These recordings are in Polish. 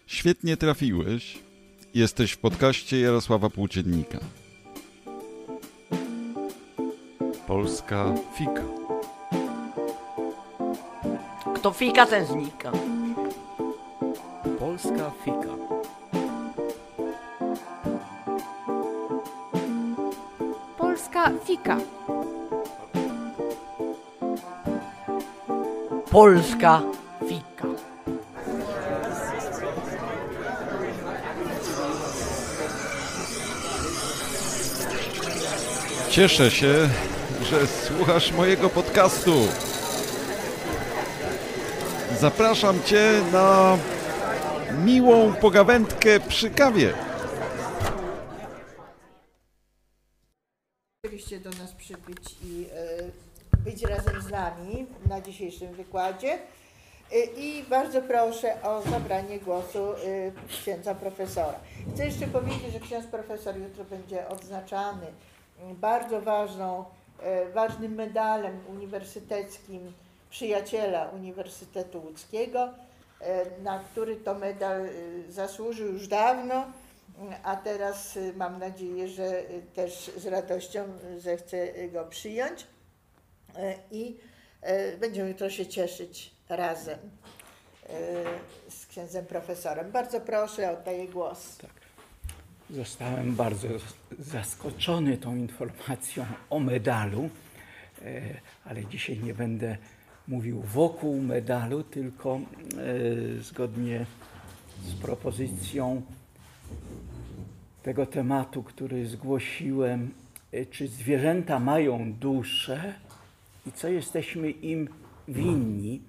Świetnie trafiłeś. Jesteś w podcaście Jarosława Płóciennika. Polska fika. Kto fika, ten znika. Polska fika. Polska fika. Polska fika. Cieszę się, że słuchasz mojego podcastu. Zapraszam Cię na miłą pogawędkę przy kawie. Oczywiście do nas przybyć i być razem z nami na dzisiejszym wykładzie. I bardzo proszę o zabranie głosu księdza profesora. Chcę jeszcze powiedzieć, że ksiądz profesor jutro będzie odznaczany bardzo ważnym medalem uniwersyteckim Przyjaciela Uniwersytetu Łódzkiego, na który to medal zasłużył już dawno, a teraz mam nadzieję, że też z radością zechce go przyjąć i będziemy jutro się cieszyć razem z księdzem profesorem. Bardzo proszę, oddaję głos. Tak. Zostałem bardzo zaskoczony tą informacją o medalu, ale dzisiaj nie będę mówił wokół medalu, tylko zgodnie z propozycją tego tematu, który zgłosiłem, czy zwierzęta mają duszę i co jesteśmy im winni.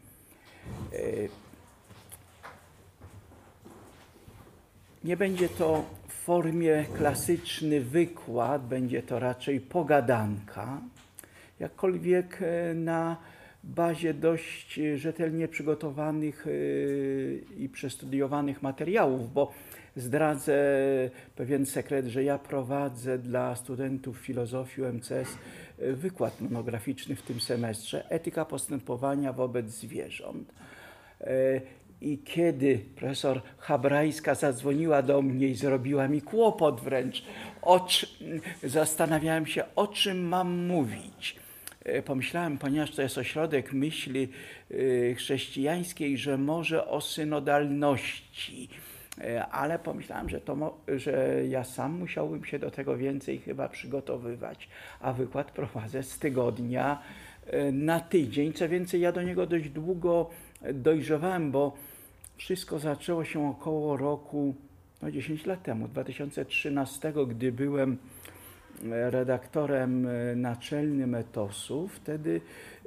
Nie będzie to w formie klasyczny wykład, będzie to raczej pogadanka, jakkolwiek na bazie dość rzetelnie przygotowanych i przestudiowanych materiałów, bo zdradzę pewien sekret, że ja prowadzę dla studentów filozofii UMCS wykład monograficzny w tym semestrze Etyka postępowania wobec zwierząt. I kiedy profesor Habrajska zadzwoniła do mnie i zrobiła mi kłopot wręcz, zastanawiałem się, o czym mam mówić. Pomyślałem, ponieważ to jest ośrodek myśli chrześcijańskiej, że może o synodalności, ale pomyślałem, że ja sam musiałbym się do tego więcej chyba przygotowywać, a wykład prowadzę z tygodnia na tydzień. Co więcej, ja do niego dość długo dojrzewałem, bo wszystko zaczęło się około roku 10 lat temu, 2013, gdy byłem redaktorem naczelnym Etosu. Wtedy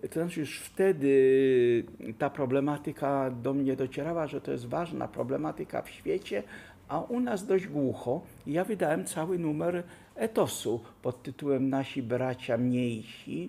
ta problematyka do mnie docierała, że to jest ważna problematyka w świecie, a u nas dość głucho. I ja wydałem cały numer Etosu pod tytułem Nasi bracia mniejsi.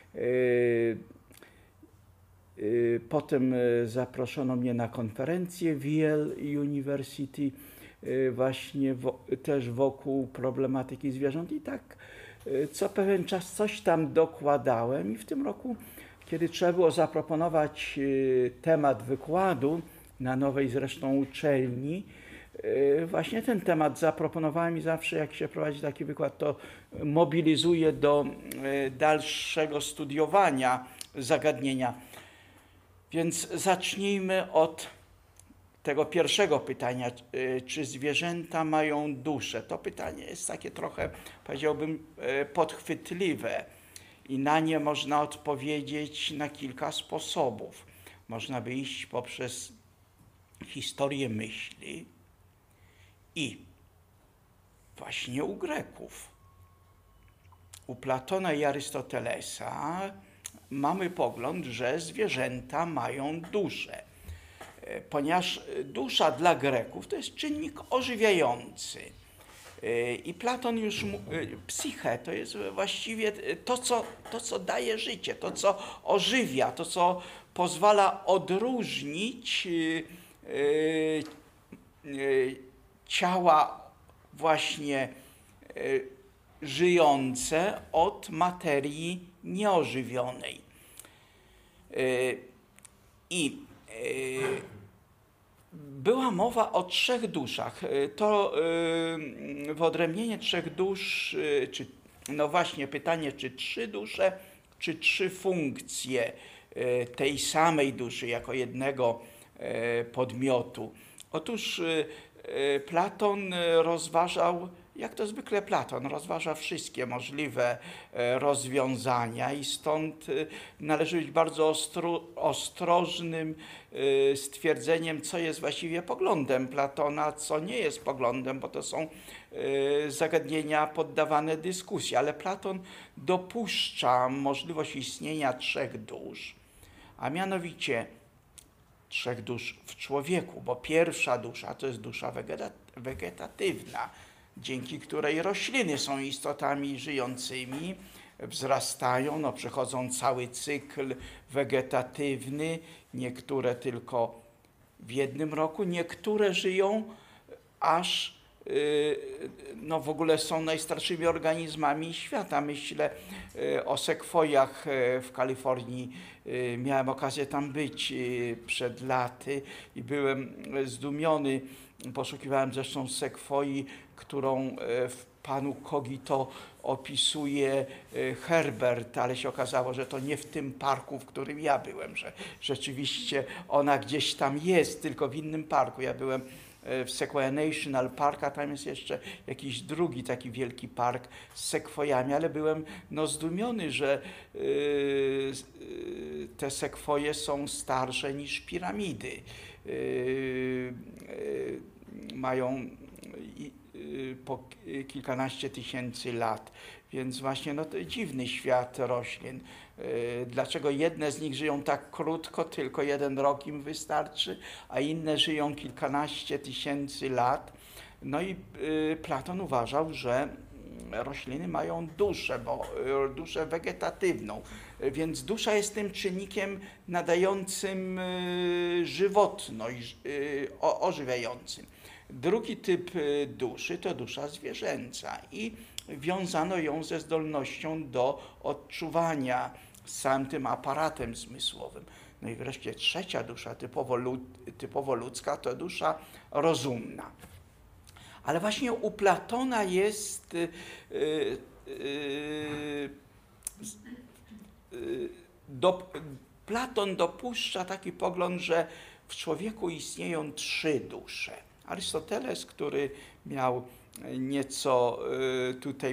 Potem zaproszono mnie na konferencję w Yale University, właśnie też wokół problematyki zwierząt i tak co pewien czas coś tam dokładałem i w tym roku, kiedy trzeba było zaproponować temat wykładu na nowej zresztą uczelni, właśnie ten temat zaproponowałem i zawsze jak się prowadzi taki wykład, to mobilizuje do dalszego studiowania zagadnienia. Więc zacznijmy od tego pierwszego pytania, czy zwierzęta mają duszę. To pytanie jest takie trochę, powiedziałbym, podchwytliwe i na nie można odpowiedzieć na kilka sposobów. Można by iść poprzez historię myśli i właśnie u Greków. U Platona i Arystotelesa mamy pogląd, że zwierzęta mają duszę, ponieważ dusza dla Greków to jest czynnik ożywiający. I Platon już psyche to jest właściwie to, co daje życie, to, co ożywia, to, co pozwala odróżnić ciała właśnie żyjące od materii nieożywionej. I była mowa o 3 duszach. To wyodrębnienie 3 dusz, czy no właśnie pytanie, czy 3 dusze, czy 3 funkcje tej samej duszy jako jednego podmiotu. Otóż Platon rozważał, jak to zwykle Platon, rozważa wszystkie możliwe rozwiązania i stąd należy być bardzo ostrożnym stwierdzeniem, co jest właściwie poglądem Platona, co nie jest poglądem, bo to są zagadnienia poddawane dyskusji, ale Platon dopuszcza możliwość istnienia 3 dusz, a mianowicie 3 dusz w człowieku, bo pierwsza dusza to jest dusza wegetatywna, dzięki której rośliny są istotami żyjącymi, wzrastają, przechodzą cały cykl wegetatywny, niektóre tylko w jednym roku, niektóre żyją aż, w ogóle są najstarszymi organizmami świata. Myślę o sekwojach w Kalifornii. Miałem okazję tam być przed laty i byłem zdumiony. Poszukiwałem zresztą sekwoi, którą w Panu Cogito opisuje Herbert, ale się okazało, że to nie w tym parku, w którym ja byłem, że rzeczywiście ona gdzieś tam jest, tylko w innym parku. Ja byłem w Sequoia National Park, a tam jest jeszcze jakiś drugi taki wielki park z sekwojami, ale byłem zdumiony, że te sekwoje są starsze niż piramidy. Mają po kilkanaście tysięcy lat, więc właśnie to dziwny świat roślin. Dlaczego jedne z nich żyją tak krótko, tylko 1 rok im wystarczy, a inne żyją kilkanaście tysięcy lat. No i Platon uważał, że rośliny mają duszę, duszę wegetatywną, więc dusza jest tym czynnikiem nadającym żywotność, ożywiającym. Drugi typ duszy to dusza zwierzęca i wiązano ją ze zdolnością do odczuwania z całym tym aparatem zmysłowym. No i wreszcie trzecia dusza, typowo ludzka, to dusza rozumna. Ale właśnie u Platona jest Platon dopuszcza taki pogląd, że w człowieku istnieją 3 dusze. Arystoteles, który miał nieco tutaj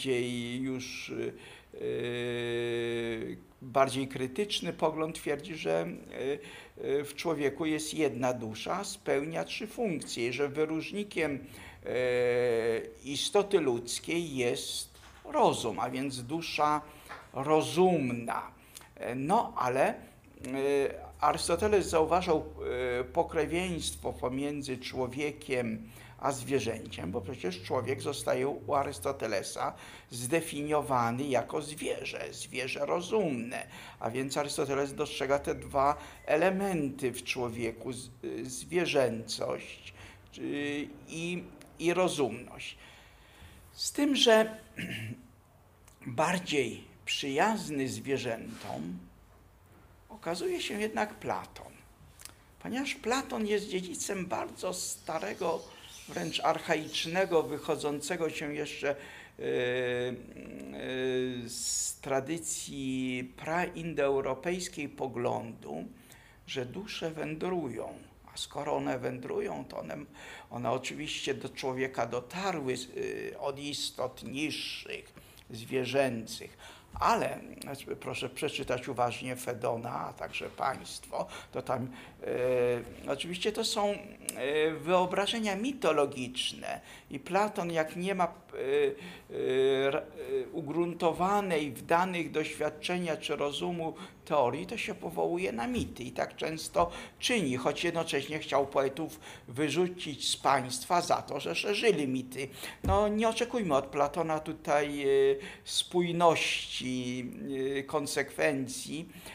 bardziej krytyczny pogląd, twierdzi, że w człowieku jest 1 dusza, spełnia 3 funkcje, że wyróżnikiem istoty ludzkiej jest rozum, a więc dusza rozumna. Ale Arystoteles zauważał pokrewieństwo pomiędzy człowiekiem a zwierzęciem, bo przecież człowiek zostaje u Arystotelesa zdefiniowany jako zwierzę rozumne, a więc Arystoteles dostrzega te 2 elementy w człowieku, zwierzęcość i rozumność. Z tym, że bardziej przyjazny zwierzętom okazuje się jednak Platon, ponieważ Platon jest dziedzicem bardzo starego, wręcz archaicznego, wychodzącego się jeszcze z tradycji praindoeuropejskiej poglądu, że dusze wędrują. A skoro one wędrują, to one oczywiście do człowieka dotarły od istot niższych, zwierzęcych. Ale proszę przeczytać uważnie Fedona, a także Państwo, to tam oczywiście to są wyobrażenia mitologiczne i Platon, jak nie ma ugruntowanej w danych doświadczenia czy rozumu teorii, to się powołuje na mity i tak często czyni, choć jednocześnie chciał poetów wyrzucić z państwa za to, że szerzyli mity. Nie oczekujmy od Platona tutaj spójności, konsekwencji.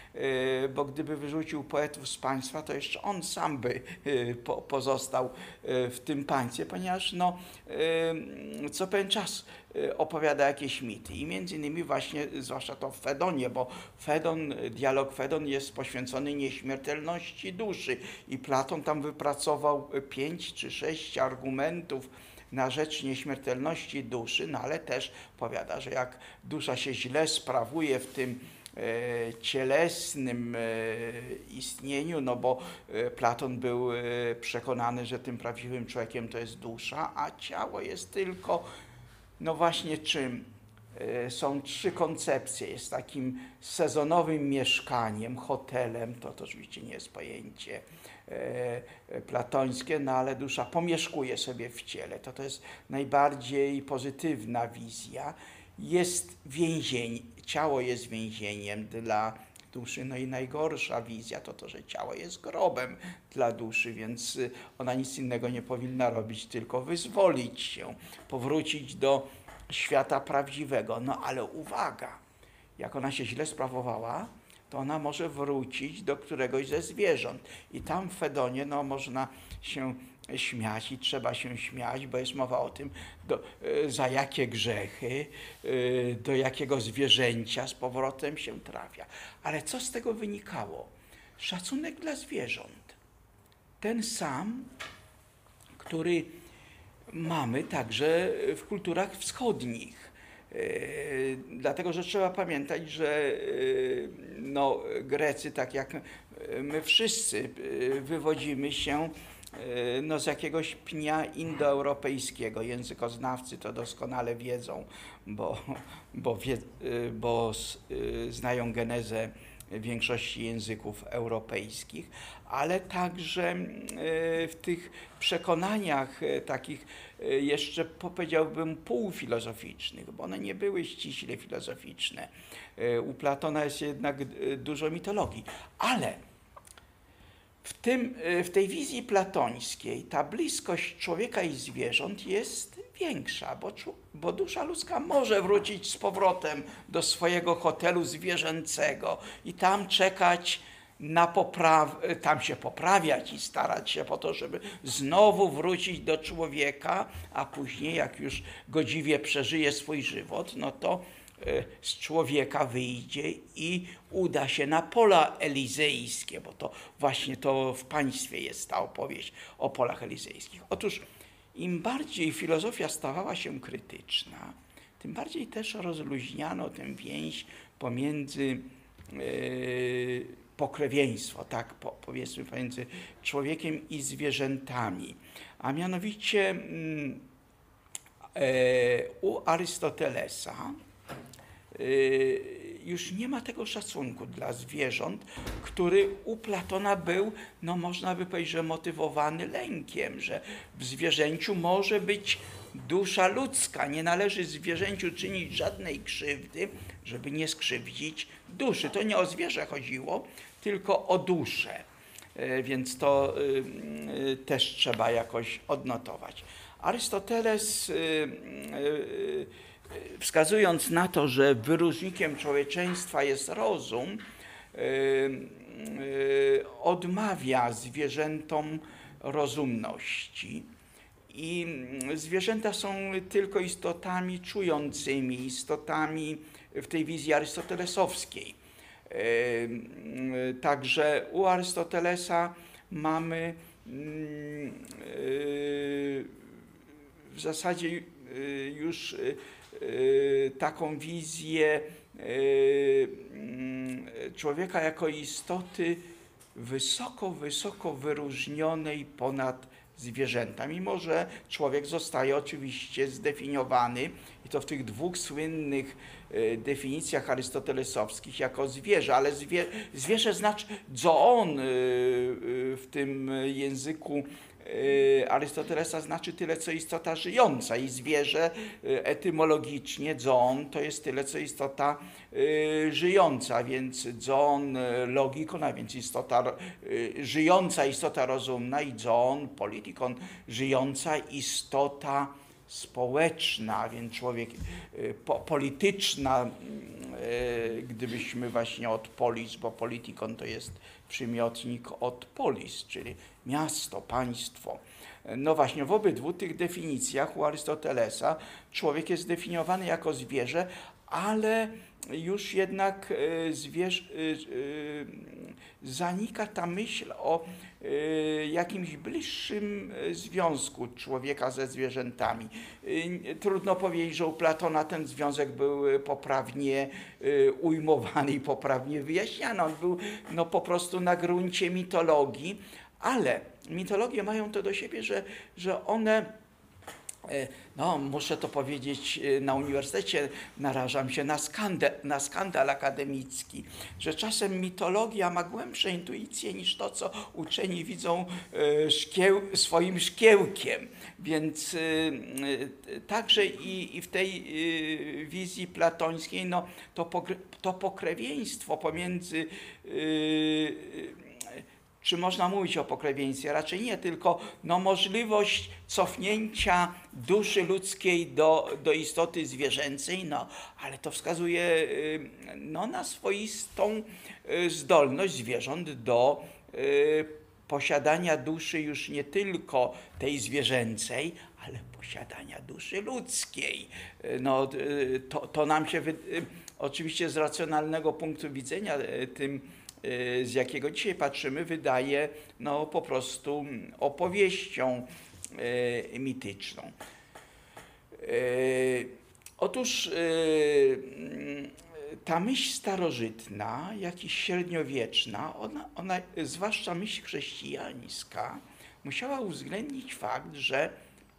bo gdyby wyrzucił poetów z państwa, to jeszcze on sam by pozostał w tym państwie, ponieważ no, co pewien czas opowiada jakieś mity i między innymi właśnie, zwłaszcza to w Fedonie, bo dialog Fedon jest poświęcony nieśmiertelności duszy i Platon tam wypracował 5 czy 6 argumentów na rzecz nieśmiertelności duszy, no ale też powiada, że jak dusza się źle sprawuje w tym cielesnym istnieniu, no bo Platon był przekonany, że tym prawdziwym człowiekiem to jest dusza, a ciało jest tylko, no właśnie czym? Są 3 koncepcje. Jest takim sezonowym mieszkaniem, hotelem, to oczywiście nie jest pojęcie platońskie, no ale dusza pomieszkuje sobie w ciele. To jest najbardziej pozytywna wizja. Jest więzień, ciało jest więzieniem dla duszy, no i najgorsza wizja to, że ciało jest grobem dla duszy, więc ona nic innego nie powinna robić, tylko wyzwolić się, powrócić do świata prawdziwego. No ale uwaga, jak ona się źle sprawowała, to ona może wrócić do któregoś ze zwierząt. I tam w Fedonie no, można się śmiać i trzeba się śmiać, bo jest mowa o tym, za jakie grzechy, do jakiego zwierzęcia z powrotem się trafia. Ale co z tego wynikało? Szacunek dla zwierząt. Ten sam, który mamy także w kulturach wschodnich. Dlatego, że trzeba pamiętać, że no, Grecy, tak jak my wszyscy, wywodzimy się no, z jakiegoś pnia indoeuropejskiego. Językoznawcy to doskonale wiedzą, bo znają genezę większości języków europejskich, ale także w tych przekonaniach takich jeszcze powiedziałbym półfilozoficznych, bo one nie były ściśle filozoficzne. U Platona jest jednak dużo mitologii, ale w tej wizji platońskiej ta bliskość człowieka i zwierząt jest większa, bo dusza ludzka może wrócić z powrotem do swojego hotelu zwierzęcego i tam czekać na tam się poprawiać i starać się po to, żeby znowu wrócić do człowieka, a później jak już godziwie przeżyje swój żywot, no to z człowieka wyjdzie i uda się na pola elizejskie, bo to właśnie to w państwie jest ta opowieść o polach elizejskich. Otóż im bardziej filozofia stawała się krytyczna, tym bardziej też rozluźniano tę więź pomiędzy pokrewieństwo, tak powiedzmy, pomiędzy człowiekiem i zwierzętami. A mianowicie u Arystotelesa już nie ma tego szacunku dla zwierząt, który u Platona był, no można by powiedzieć, że motywowany lękiem, że w zwierzęciu może być dusza ludzka. Nie należy zwierzęciu czynić żadnej krzywdy, żeby nie skrzywdzić duszy. To nie o zwierzę chodziło, tylko o duszę. Więc to też trzeba jakoś odnotować. Arystoteles, wskazując na to, że wyróżnikiem człowieczeństwa jest rozum, odmawia zwierzętom rozumności. I zwierzęta są tylko istotami czującymi, istotami w tej wizji arystotelesowskiej. Także u Arystotelesa mamy w zasadzie już taką wizję człowieka jako istoty wysoko, wysoko wyróżnionej ponad zwierzęta. Mimo że człowiek zostaje oczywiście zdefiniowany, i to w tych 2 słynnych definicjach arystotelesowskich, jako zwierzę, ale zwierzę znaczy zoon w tym języku Arystotelesa znaczy tyle, co istota żyjąca, i zwierzę etymologicznie zoon to jest tyle, co istota żyjąca, więc zoon logikon, a więc istota żyjąca, istota rozumna, i zoon politikon, żyjąca istota społeczna, więc człowiek polityczna gdybyśmy właśnie od polis, bo politikon to jest przymiotnik od polis, czyli miasto, państwo. No właśnie, w obydwu tych definicjach u Arystotelesa człowiek jest zdefiniowany jako zwierzę, ale już jednak zanika ta myśl o jakimś bliższym związku człowieka ze zwierzętami. Trudno powiedzieć, że u Platona ten związek był poprawnie ujmowany i poprawnie wyjaśniany. On był no, po prostu na gruncie mitologii, ale mitologie mają to do siebie, że one, no muszę to powiedzieć, na uniwersytecie narażam się na skandal akademicki, że czasem mitologia ma głębsze intuicje niż to, co uczeni widzą swoim szkiełkiem. Więc także i w tej wizji platońskiej no, to pokrewieństwo pomiędzy czy można mówić o pokrewieństwie? Raczej nie, tylko no, możliwość cofnięcia duszy ludzkiej do istoty zwierzęcej, no, ale to wskazuje no, na swoistą zdolność zwierząt do posiadania duszy już nie tylko tej zwierzęcej, ale posiadania duszy ludzkiej. No, to nam się oczywiście z racjonalnego punktu widzenia tym, z jakiego dzisiaj patrzymy, wydaje no, po prostu opowieścią mityczną. Otóż ta myśl starożytna, jak i średniowieczna, ona, zwłaszcza myśl chrześcijańska, musiała uwzględnić fakt, że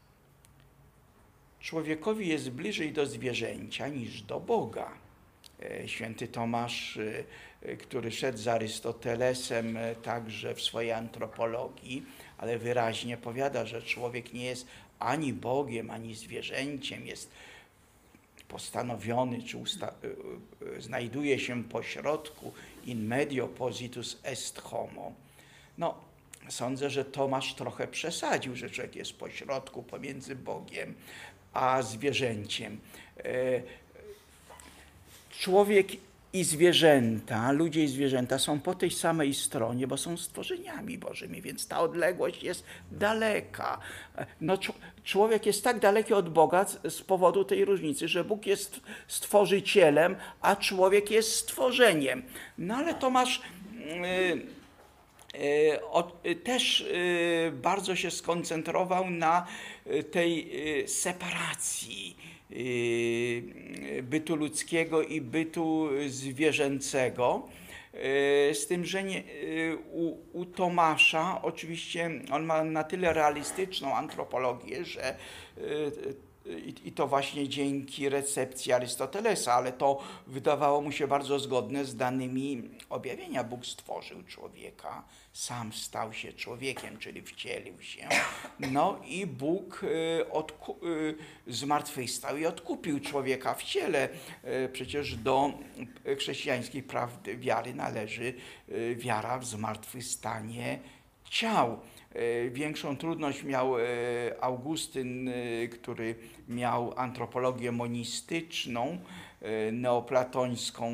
człowiekowi jest bliżej do zwierzęcia niż do Boga. Święty Tomasz, który szedł z Arystotelesem także w swojej antropologii, ale wyraźnie powiada, że człowiek nie jest ani Bogiem, ani zwierzęciem, jest postanowiony, czy znajduje się pośrodku, in medio positus est homo. No, sądzę, że Tomasz trochę przesadził, że człowiek jest pośrodku pomiędzy Bogiem a zwierzęciem. Człowiek i zwierzęta, ludzie i zwierzęta są po tej samej stronie, bo są stworzeniami bożymi, więc ta odległość jest daleka. No, człowiek jest tak daleki od Boga z powodu tej różnicy, że Bóg jest stworzycielem, a człowiek jest stworzeniem. No ale Tomasz też bardzo się skoncentrował na tej separacji bytu ludzkiego i bytu zwierzęcego. Z tym, że u Tomasza oczywiście on ma na tyle realistyczną antropologię, że i to właśnie dzięki recepcji Arystotelesa, ale to wydawało mu się bardzo zgodne z danymi objawienia. Bóg stworzył człowieka, sam stał się człowiekiem, czyli wcielił się. No i Bóg zmartwychwstał i odkupił człowieka w ciele. Przecież do chrześcijańskiej prawdy wiary należy wiara w zmartwychwstanie ciał. Większą trudność miał Augustyn, który miał antropologię monistyczną, neoplatońską,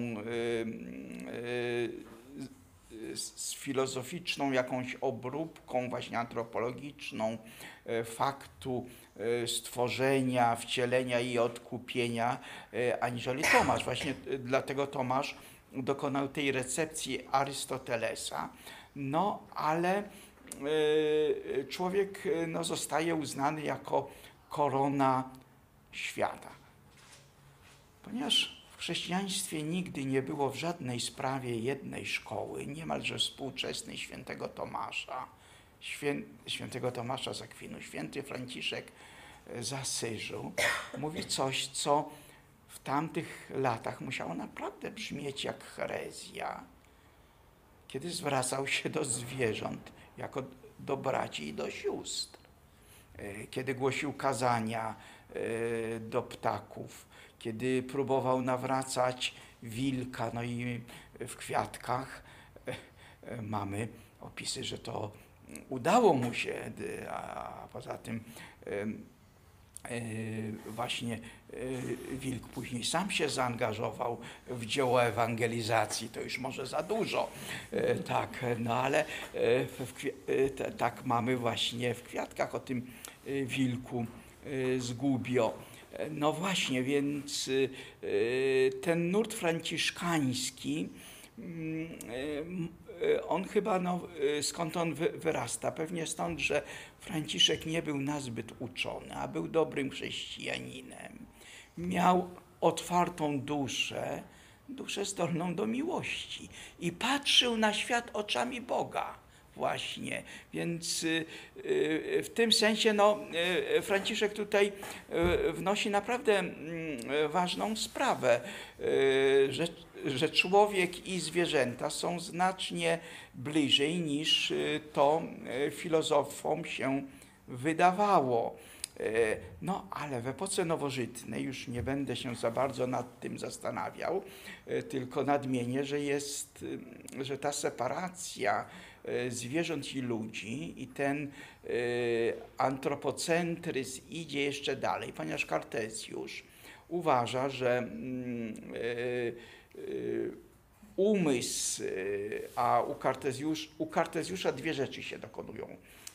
z filozoficzną jakąś obróbką właśnie antropologiczną faktu stworzenia, wcielenia i odkupienia, aniżeli Tomasz. Właśnie dlatego Tomasz dokonał tej recepcji Arystotelesa. No ale człowiek no, zostaje uznany jako korona świata. Ponieważ w chrześcijaństwie nigdy nie było w żadnej sprawie jednej szkoły, niemalże współczesnej świętego Tomasza, świętego Tomasza z Akwinu, święty Franciszek z Asyżu, mówi coś, co w tamtych latach musiało naprawdę brzmieć jak herezja, kiedy zwracał się do zwierząt jako do braci i do sióstr, kiedy głosił kazania do ptaków, kiedy próbował nawracać wilka, no i w Kwiatkach mamy opisy, że to udało mu się, a poza tym właśnie Wilk później sam się zaangażował w dzieło ewangelizacji, to już może za dużo, tak, no ale tak mamy właśnie w Kwiatkach o tym wilku z Gubbio. No właśnie, więc ten nurt franciszkański, on chyba, skąd on wyrasta? Pewnie stąd, że Franciszek nie był nazbyt uczony, a był dobrym chrześcijaninem. Miał otwartą duszę zdolną do miłości i patrzył na świat oczami Boga. Właśnie, więc w tym sensie Franciszek tutaj wnosi naprawdę ważną sprawę, że człowiek i zwierzęta są znacznie bliżej niż to filozofom się wydawało. No, ale w epoce nowożytnej już nie będę się za bardzo nad tym zastanawiał, tylko nadmienię, że ta separacja zwierząt i ludzi i ten antropocentryzm idzie jeszcze dalej, ponieważ Kartezjusz uważa, że umysł, a u Kartezjusza dwie rzeczy się dokonują.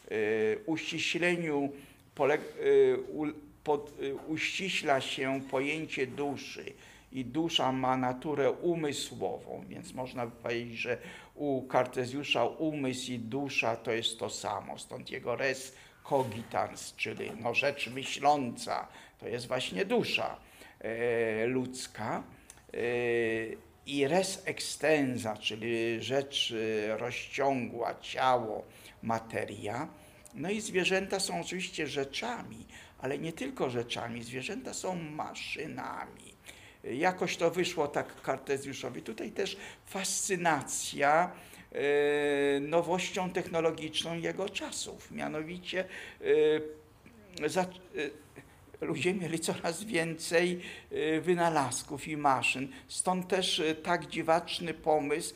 Uściśla się pojęcie duszy i dusza ma naturę umysłową, więc można by powiedzieć, że u Kartezjusza umysł i dusza to jest to samo, stąd jego res cogitans, czyli rzecz myśląca, to jest właśnie dusza ludzka, i res extensa, czyli rzecz rozciągła, ciało, materia. No i zwierzęta są oczywiście rzeczami, ale nie tylko rzeczami, zwierzęta są maszynami. Jakoś to wyszło tak Kartezjuszowi. Tutaj też fascynacja nowością technologiczną jego czasów. Mianowicie ludzie mieli coraz więcej wynalazków i maszyn. Stąd też tak dziwaczny pomysł,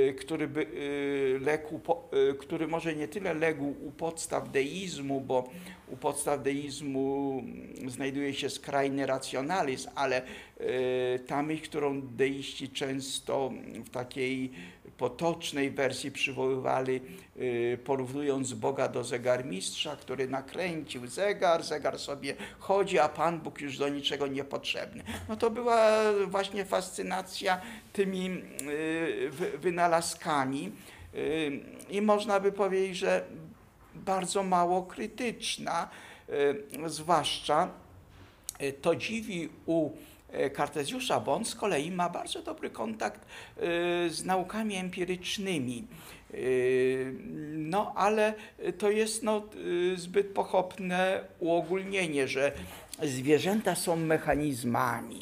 który może nie tyle legł u podstaw deizmu, bo u podstaw deizmu znajduje się skrajny racjonalizm, ale ta myśl, którą deiści często w takiej potocznej wersji przywoływali, porównując Boga do zegarmistrza, który nakręcił zegar sobie chodzi, a Pan Bóg już do niczego niepotrzebny. No to była właśnie fascynacja tymi wynalazkami i można by powiedzieć, że bardzo mało krytyczna, zwłaszcza to dziwi u Kartezjusza, bo on z kolei ma bardzo dobry kontakt z naukami empirycznymi. No ale to jest zbyt pochopne uogólnienie, że zwierzęta są mechanizmami.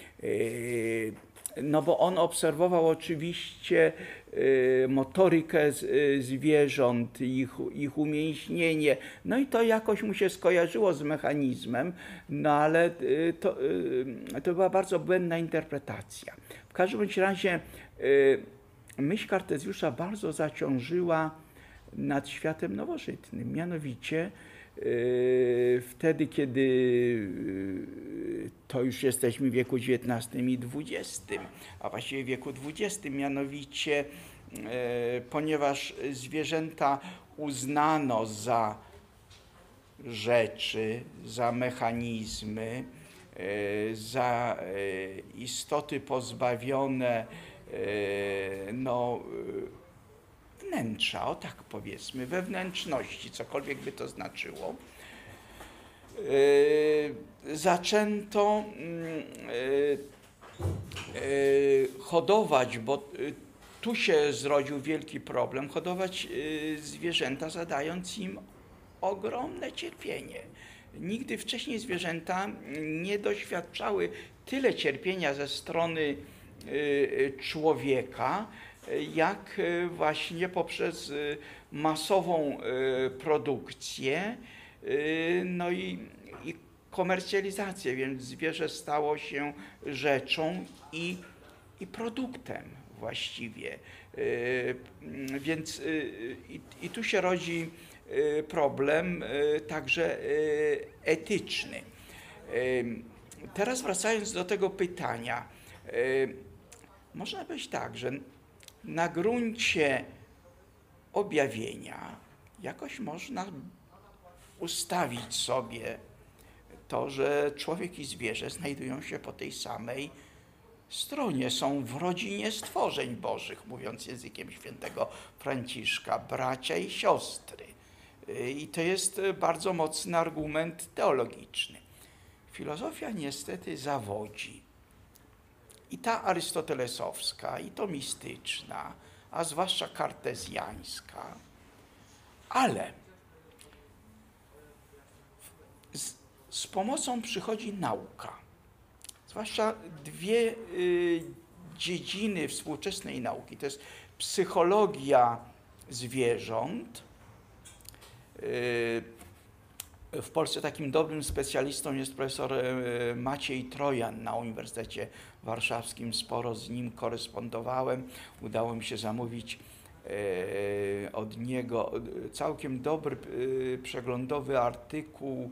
No bo on obserwował oczywiście motorykę zwierząt, ich umięśnienie, no i to jakoś mu się skojarzyło z mechanizmem, no ale to była bardzo błędna interpretacja. W każdym bądź razie myśl Kartezjusza bardzo zaciążyła nad światem nowożytnym, mianowicie wtedy, kiedy to już jesteśmy w wieku XIX i XX, a właściwie w wieku XX, mianowicie ponieważ zwierzęta uznano za rzeczy, za mechanizmy, za istoty pozbawione wnętrza, o tak powiedzmy, wewnętrzności, cokolwiek by to znaczyło, zaczęto hodować, bo tu się zrodził wielki problem, hodować zwierzęta, zadając im ogromne cierpienie. Nigdy wcześniej zwierzęta nie doświadczały tyle cierpienia ze strony człowieka, jak właśnie poprzez masową produkcję, no i komercjalizację, więc zwierzę stało się rzeczą i produktem właściwie. Więc i tu się rodzi problem także etyczny. Teraz wracając do tego pytania, można powiedzieć tak, że na gruncie objawienia jakoś można ustawić sobie to, że człowiek i zwierzę znajdują się po tej samej stronie, są w rodzinie stworzeń bożych, mówiąc językiem świętego Franciszka, bracia i siostry. I to jest bardzo mocny argument teologiczny. Filozofia niestety zawodzi. I ta arystotelesowska, i to mistyczna, a zwłaszcza kartezjańska, ale z pomocą przychodzi nauka. Zwłaszcza dwie dziedziny współczesnej nauki. To jest psychologia zwierząt. W Polsce takim dobrym specjalistą jest profesor Maciej Trojan na Uniwersytecie Warszawskim. Sporo z nim korespondowałem. Udało mi się zamówić od niego całkiem dobry przeglądowy artykuł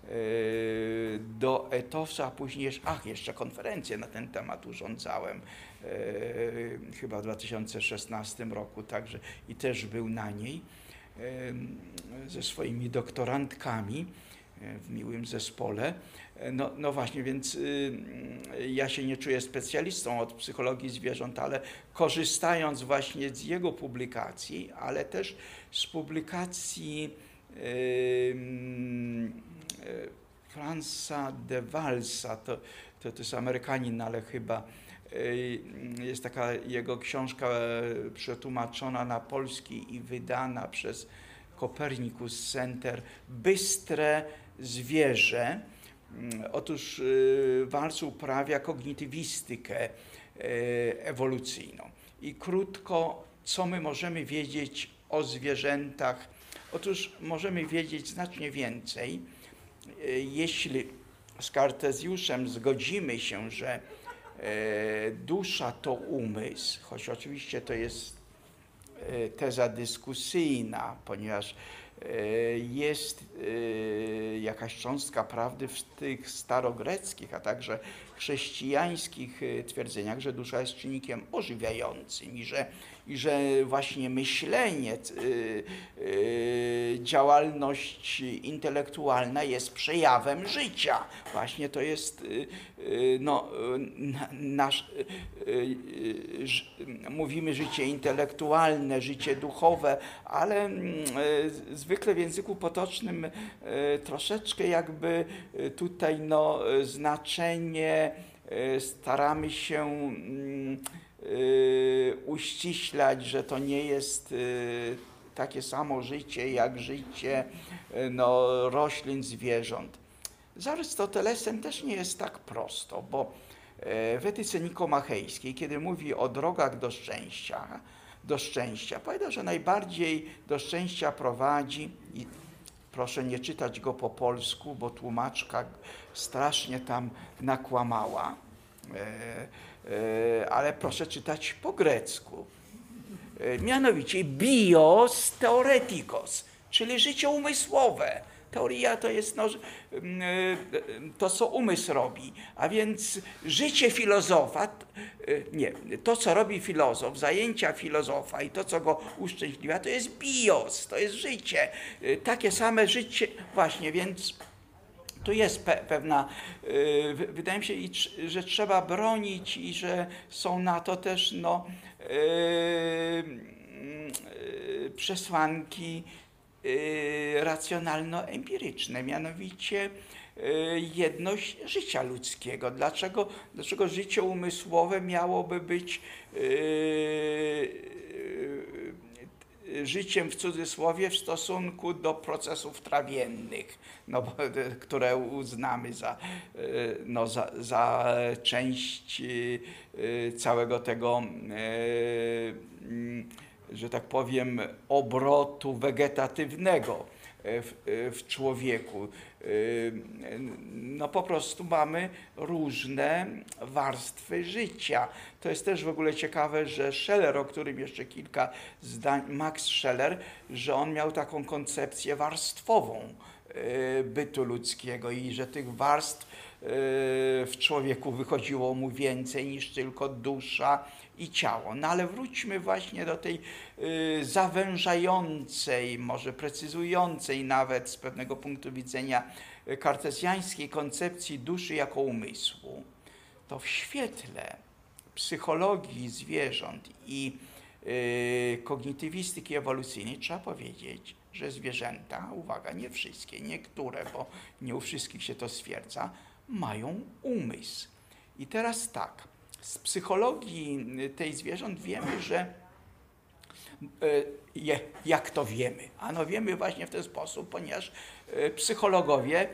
do Etosa, a później jeszcze konferencję na ten temat urządzałem chyba w 2016 roku, także i też był na niej ze swoimi doktorantkami w miłym zespole. No właśnie, więc ja się nie czuję specjalistą od psychologii zwierząt, ale korzystając właśnie z jego publikacji, ale też z publikacji Franza de Walsa, to jest Amerykanin, ale chyba jest taka jego książka przetłumaczona na polski i wydana przez Copernicus Center, Bystre zwierzę. Otóż Wals uprawia kognitywistykę ewolucyjną. I krótko, co my możemy wiedzieć o zwierzętach? Otóż możemy wiedzieć znacznie więcej, jeśli z Kartezjuszem zgodzimy się, że dusza to umysł, choć oczywiście to jest teza dyskusyjna, ponieważ jest jakaś cząstka prawdy w tych starogreckich, a także chrześcijańskich twierdzeniach, że dusza jest czynnikiem ożywiającym i że właśnie myślenie, działalność intelektualna jest przejawem życia. Właśnie to jest mówimy życie intelektualne, życie duchowe, ale zwykle w języku potocznym troszeczkę jakby tutaj znaczenie staramy się uściślać, że to nie jest takie samo życie jak życie roślin, zwierząt. Z Arystotelesem też nie jest tak prosto, bo w etyce nikomachejskiej, kiedy mówi o drogach do szczęścia, powiada, że najbardziej do szczęścia prowadzi, i proszę nie czytać go po polsku, bo tłumaczka strasznie tam nakłamała, ale proszę czytać po grecku. Mianowicie bios theoretikos, czyli życie umysłowe. Teoria to jest to, co umysł robi, a więc życie filozofa, to, co robi filozof, zajęcia filozofa i to, co go uszczęśliwia, to jest bios, to jest życie, takie same życie, właśnie, więc tu jest pewna, wydaje mi się, że trzeba bronić i że są na to też przesłanki racjonalno-empiryczne, mianowicie jedność życia ludzkiego. Dlaczego życie umysłowe miałoby być życiem w cudzysłowie w stosunku do procesów trawiennych, które uznamy za część całego tego, że tak powiem, obrotu wegetatywnego w człowieku. Po prostu mamy różne warstwy życia. To jest też w ogóle ciekawe, że Scheler, o którym jeszcze kilka zdań, Max Scheler, że on miał taką koncepcję warstwową bytu ludzkiego i że tych warstw w człowieku wychodziło mu więcej niż tylko dusza i ciało. No ale wróćmy właśnie do tej zawężającej, może precyzującej nawet z pewnego punktu widzenia kartezjańskiej koncepcji duszy jako umysłu. To w świetle psychologii zwierząt i kognitywistyki ewolucyjnej trzeba powiedzieć, że zwierzęta, uwaga, nie wszystkie, niektóre, bo nie u wszystkich się to stwierdza, mają umysł. I teraz tak, z psychologii tej zwierząt wiemy, że jak to wiemy? Ano wiemy właśnie w ten sposób, ponieważ psychologowie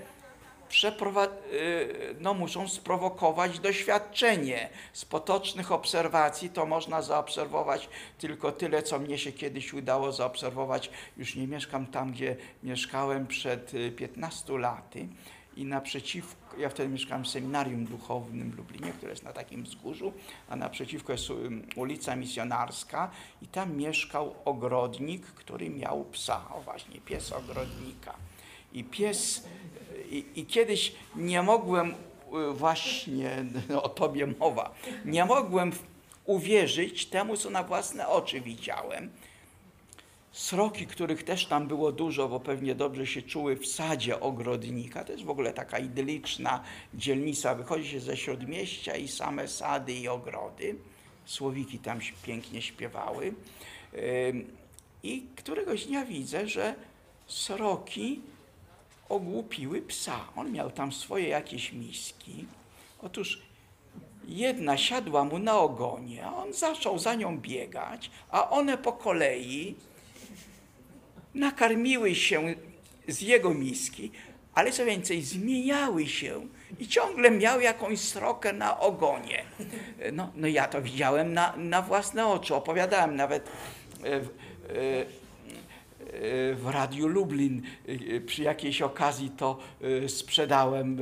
muszą sprowokować doświadczenie. Z potocznych obserwacji to można zaobserwować tylko tyle, co mnie się kiedyś udało zaobserwować. Już nie mieszkam tam, gdzie mieszkałem przed 15 laty i naprzeciwko, ja wtedy mieszkałem w seminarium duchownym w Lublinie, które jest na takim wzgórzu, a naprzeciwko jest ulica Misjonarska i tam mieszkał ogrodnik, który miał psa, o właśnie, pies ogrodnika. I pies, i kiedyś nie mogłem, właśnie o tobie mowa, nie mogłem uwierzyć temu, co na własne oczy widziałem. Sroki, których też tam było dużo, bo pewnie dobrze się czuły w sadzie ogrodnika, to jest w ogóle taka idyliczna dzielnica, wychodzi się ze śródmieścia i same sady i ogrody. Słowiki tam pięknie śpiewały. I któregoś dnia widzę, że sroki ogłupiły psa. On miał tam swoje jakieś miski. Otóż jedna siadła mu na ogonie, a on zaczął za nią biegać, a one po kolei nakarmiły się z jego miski, ale co więcej, zmieniały się i ciągle miał jakąś srokę na ogonie. No ja to widziałem na własne oczy, opowiadałem nawet w Radiu Lublin przy jakiejś okazji to sprzedałem.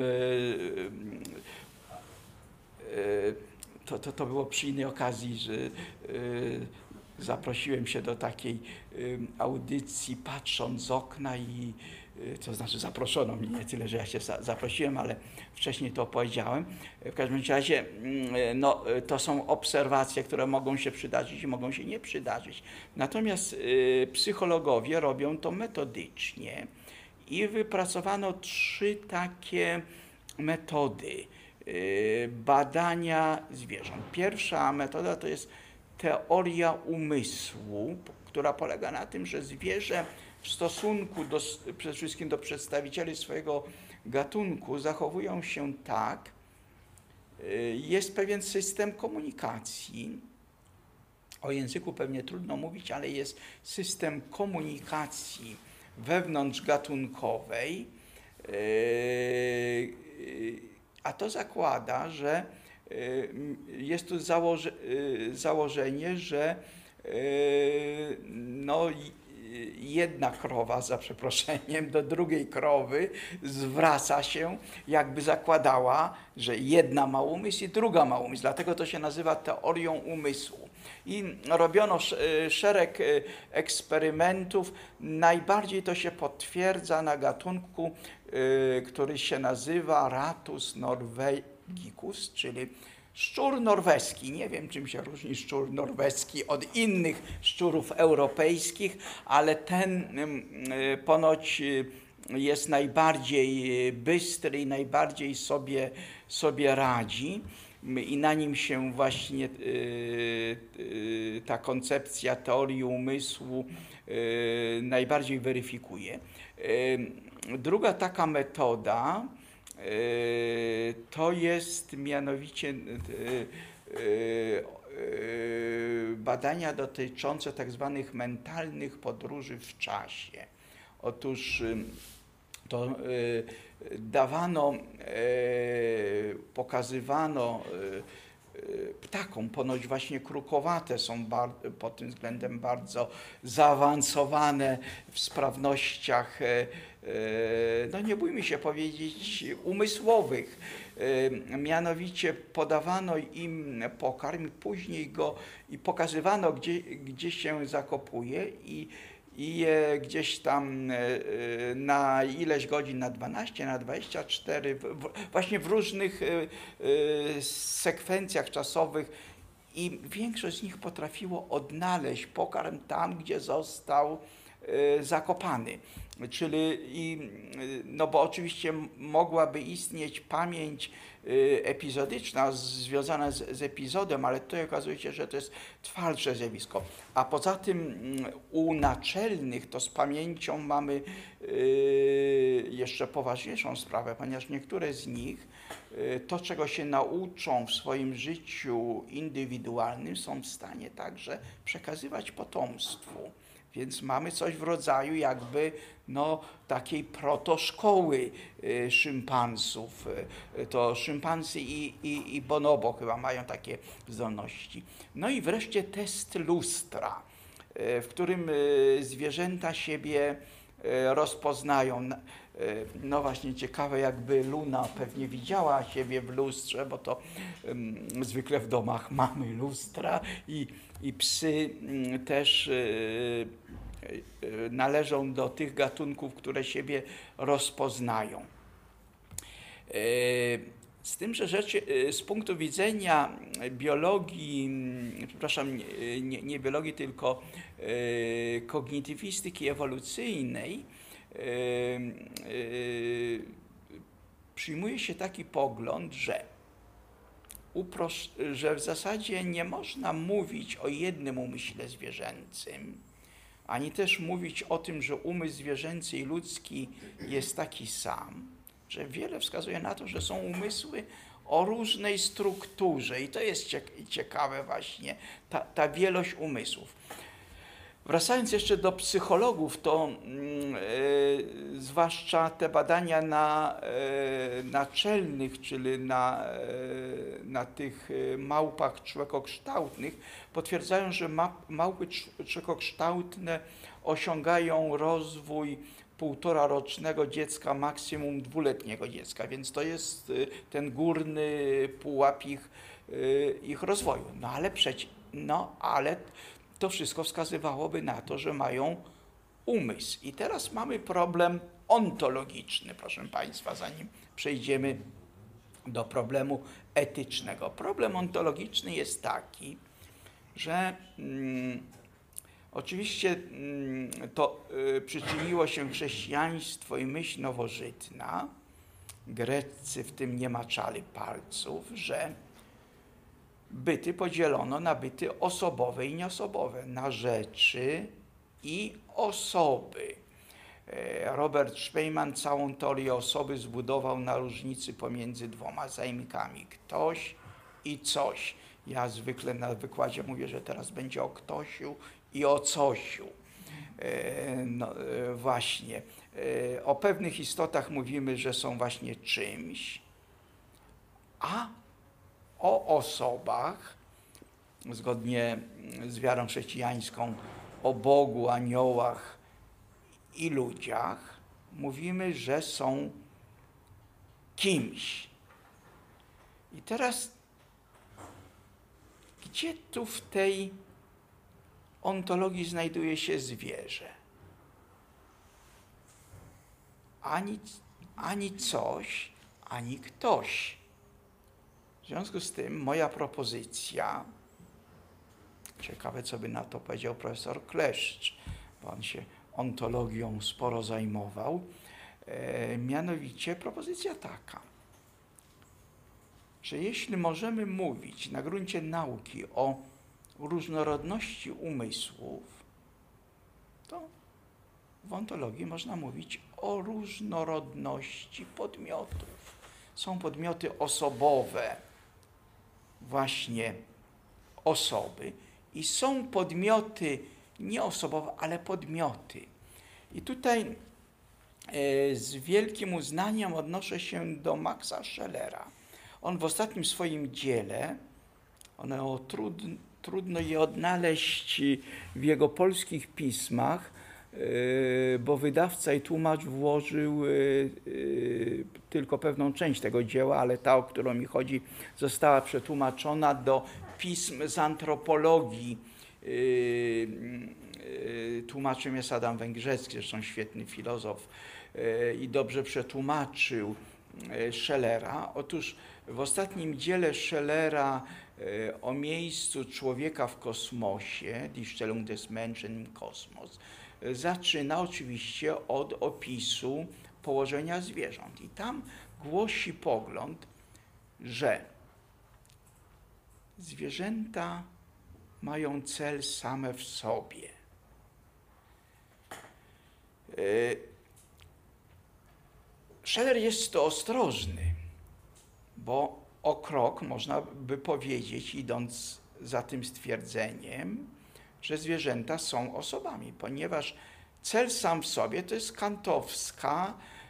To było przy innej okazji, że zaprosiłem się do takiej audycji patrząc z okna i to znaczy zaproszono mnie, nie tyle, że ja się zaprosiłem, ale wcześniej to opowiedziałem. W każdym razie to są obserwacje, które mogą się przydarzyć i mogą się nie przydarzyć. Natomiast psychologowie robią to metodycznie i wypracowano 3 takie metody badania zwierząt. Pierwsza metoda to jest teoria umysłu, która polega na tym, że zwierzę w stosunku przede wszystkim do przedstawicieli swojego gatunku zachowują się tak. Jest pewien system komunikacji. O języku pewnie trudno mówić, ale jest system komunikacji wewnątrzgatunkowej, a to zakłada, że jest tu założenie, że jedna krowa, za przeproszeniem, do drugiej krowy zwraca się, jakby zakładała, że jedna ma umysł i druga ma umysł. Dlatego to się nazywa teorią umysłu. I robiono szereg eksperymentów. Najbardziej to się potwierdza na gatunku, który się nazywa Ratus norvegicus, czyli szczur norweski. Nie wiem, czym się różni szczur norweski od innych szczurów europejskich, ale ten ponoć jest najbardziej bystry i najbardziej sobie radzi. I na nim się właśnie ta koncepcja teorii umysłu najbardziej weryfikuje. Druga taka metoda to jest mianowicie badania dotyczące tak zwanych mentalnych podróży w czasie. Otóż to pokazywano ptakom, ponoć właśnie krukowate są pod tym względem bardzo zaawansowane w sprawnościach, nie bójmy się powiedzieć, umysłowych. Mianowicie podawano im pokarm, później go i pokazywano, gdzie się zakopuje i gdzieś tam na ileś godzin, na 12, na 24, właśnie w różnych sekwencjach czasowych i większość z nich potrafiło odnaleźć pokarm tam, gdzie został zakopany. Czyli, no bo oczywiście mogłaby istnieć pamięć epizodyczna związana z epizodem, ale tutaj okazuje się, że to jest trwalsze zjawisko. A poza tym u naczelnych to z pamięcią mamy jeszcze poważniejszą sprawę, ponieważ niektóre z nich to, czego się nauczą w swoim życiu indywidualnym, są w stanie także przekazywać potomstwu. Więc mamy coś w rodzaju jakby takiej protoszkoły szympansów. To szympansy i bonobo chyba mają takie zdolności. No i wreszcie test lustra, w którym zwierzęta siebie rozpoznają. No właśnie ciekawe, jakby Luna pewnie widziała siebie w lustrze, bo to zwykle w domach mamy lustra i psy też należą do tych gatunków, które siebie rozpoznają. Z tym, że z punktu widzenia biologii, przepraszam, nie biologii, tylko kognitywistyki ewolucyjnej, przyjmuje się taki pogląd, że w zasadzie nie można mówić o jednym umyśle zwierzęcym, ani też mówić o tym, że umysł zwierzęcy i ludzki jest taki sam, że wiele wskazuje na to, że są umysły o różnej strukturze i to jest ciekawe właśnie, ta wielość umysłów. Wracając jeszcze do psychologów, to zwłaszcza te badania na naczelnych, czyli na tych małpach człekokształtnych, potwierdzają, że małpy człekokształtne osiągają rozwój 1,5-rocznego dziecka, maksimum 2-letniego dziecka, więc to jest ten górny pułap ich rozwoju. Ale to wszystko wskazywałoby na to, że mają umysł. I teraz mamy problem ontologiczny, proszę Państwa, zanim przejdziemy do problemu etycznego. Problem ontologiczny jest taki, że oczywiście to przyczyniło się chrześcijaństwo i myśl nowożytna, greccy w tym nie maczali palców, że byty podzielono na byty osobowe i nieosobowe, na rzeczy i osoby. Robert Szpejman całą teorię osoby zbudował na różnicy pomiędzy dwoma zajmnikami, ktoś i coś. Ja zwykle na wykładzie mówię, że teraz będzie o ktosiu i o cosiu. Właśnie. O pewnych istotach mówimy, że są właśnie czymś, a o osobach, zgodnie z wiarą chrześcijańską, o Bogu, aniołach i ludziach, mówimy, że są kimś. I teraz, gdzie tu w tej ontologii znajduje się zwierzę? Ani coś, ani ktoś. W związku z tym moja propozycja, ciekawe co by na to powiedział profesor Kleszcz, bo on się ontologią sporo zajmował, mianowicie propozycja taka, że jeśli możemy mówić na gruncie nauki o różnorodności umysłów, to w ontologii można mówić o różnorodności podmiotów. Są podmioty osobowe, właśnie osoby, i są podmioty nieosobowe, ale podmioty. I tutaj z wielkim uznaniem odnoszę się do Maxa Schellera. On w ostatnim swoim dziele, trudno je odnaleźć w jego polskich pismach, bo wydawca i tłumacz włożył tylko pewną część tego dzieła, ale ta, o którą mi chodzi, została przetłumaczona do pism z antropologii Tłumaczem jest Adam Węgrzecki, zresztą świetny filozof i dobrze przetłumaczył Schellera. Otóż w ostatnim dziele Schellera o miejscu człowieka w kosmosie, Die Stellung des Menschen im Kosmos, zaczyna oczywiście od opisu położenia zwierząt. I tam głosi pogląd, że zwierzęta mają cel same w sobie. Scheller jest to ostrożny, bo o krok można by powiedzieć, idąc za tym stwierdzeniem, że zwierzęta są osobami, ponieważ cel sam w sobie to jest kantowska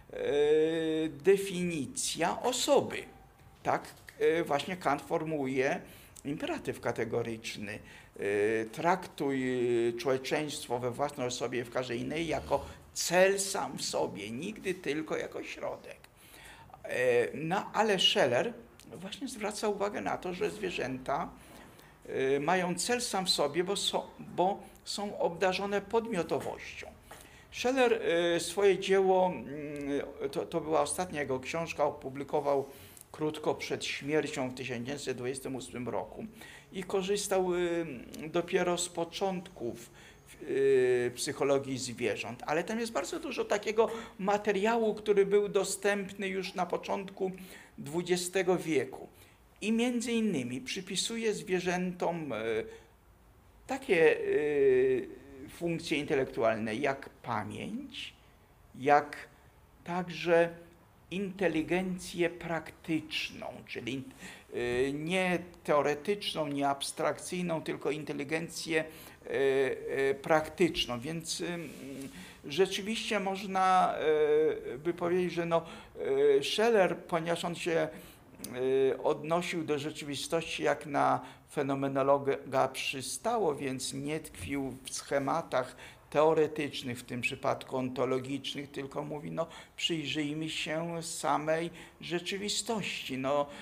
definicja osoby. Tak właśnie Kant formułuje imperatyw kategoryczny. Traktuj człowieczeństwo we własnej osobie w każdej innej jako cel sam w sobie, nigdy tylko jako środek. No ale Scheller właśnie zwraca uwagę na to, że zwierzęta mają cel sam w sobie, bo są obdarzone podmiotowością. Scheller swoje dzieło, to była ostatnia jego książka, opublikował krótko przed śmiercią w 1928 roku i korzystał dopiero z początków psychologii zwierząt, ale tam jest bardzo dużo takiego materiału, który był dostępny już na początku XX wieku i między innymi przypisuje zwierzętom takie funkcje intelektualne jak pamięć, jak także inteligencję praktyczną, czyli nie teoretyczną, nie abstrakcyjną, tylko inteligencję praktyczną. Więc rzeczywiście można by powiedzieć, że Scheller, ponieważ on się odnosił do rzeczywistości jak na fenomenologa przystało, więc nie tkwił w schematach teoretycznych, w tym przypadku ontologicznych, tylko mówi, przyjrzyjmy się samej rzeczywistości.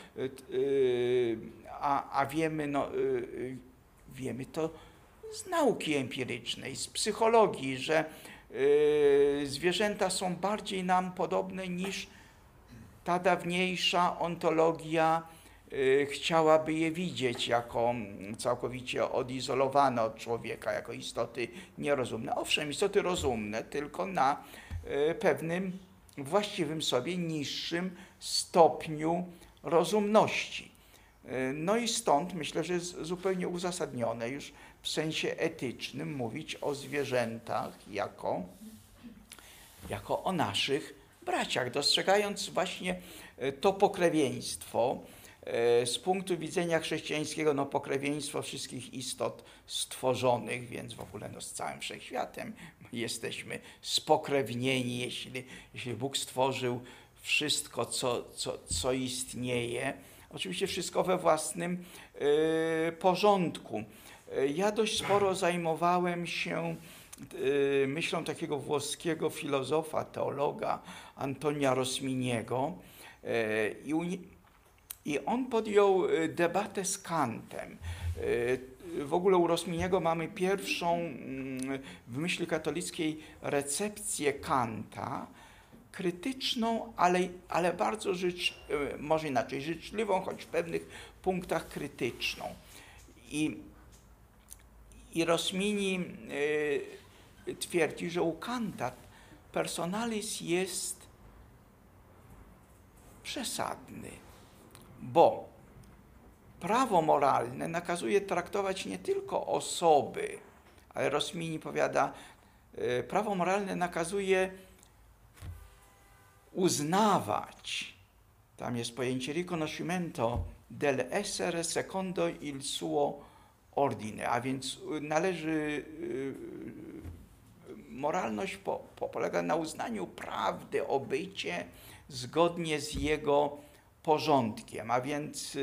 Wiemy to z nauki empirycznej, z psychologii, że zwierzęta są bardziej nam podobne niż ta dawniejsza ontologia chciałaby je widzieć jako całkowicie odizolowane od człowieka, jako istoty nierozumne. Owszem, istoty rozumne, tylko na pewnym właściwym sobie niższym stopniu rozumności. No i stąd myślę, że jest zupełnie uzasadnione już w sensie etycznym mówić o zwierzętach jako o naszych braciach, dostrzegając właśnie to pokrewieństwo. Z punktu widzenia chrześcijańskiego, pokrewieństwo wszystkich istot stworzonych, więc w ogóle z całym wszechświatem jesteśmy spokrewnieni, jeśli Bóg stworzył wszystko, co istnieje. Oczywiście wszystko we własnym porządku. Ja dość sporo zajmowałem się myślą takiego włoskiego filozofa, teologa Antonia Rosminiego i on podjął debatę z Kantem. W ogóle u Rosminiego mamy pierwszą w myśli katolickiej recepcję Kanta, krytyczną, ale bardzo może inaczej, życzliwą, choć w pewnych punktach krytyczną. I Rosmini twierdzi, że u Kanta personalizm jest przesadny, bo prawo moralne nakazuje traktować nie tylko osoby, ale Rosmini powiada, prawo moralne nakazuje uznawać, tam jest pojęcie riconoscimento dell'essere secondo il suo ordine, a więc moralność polega na uznaniu prawdy o bycie zgodnie z jego porządkiem, a więc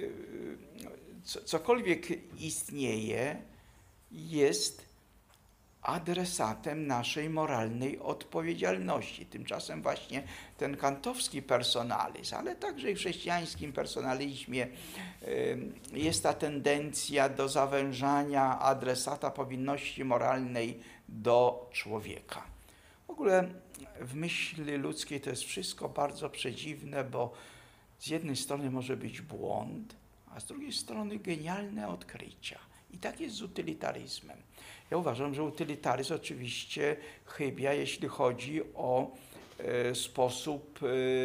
cokolwiek istnieje, jest adresatem naszej moralnej odpowiedzialności. Tymczasem właśnie ten kantowski personalizm, ale także i w chrześcijańskim personalizmie jest ta tendencja do zawężania adresata powinności moralnej do człowieka. W ogóle w myśli ludzkiej to jest wszystko bardzo przedziwne, bo z jednej strony może być błąd, a z drugiej strony genialne odkrycia. I tak jest z utylitaryzmem. Ja uważam, że utylitaryzm oczywiście chybia, jeśli chodzi o sposób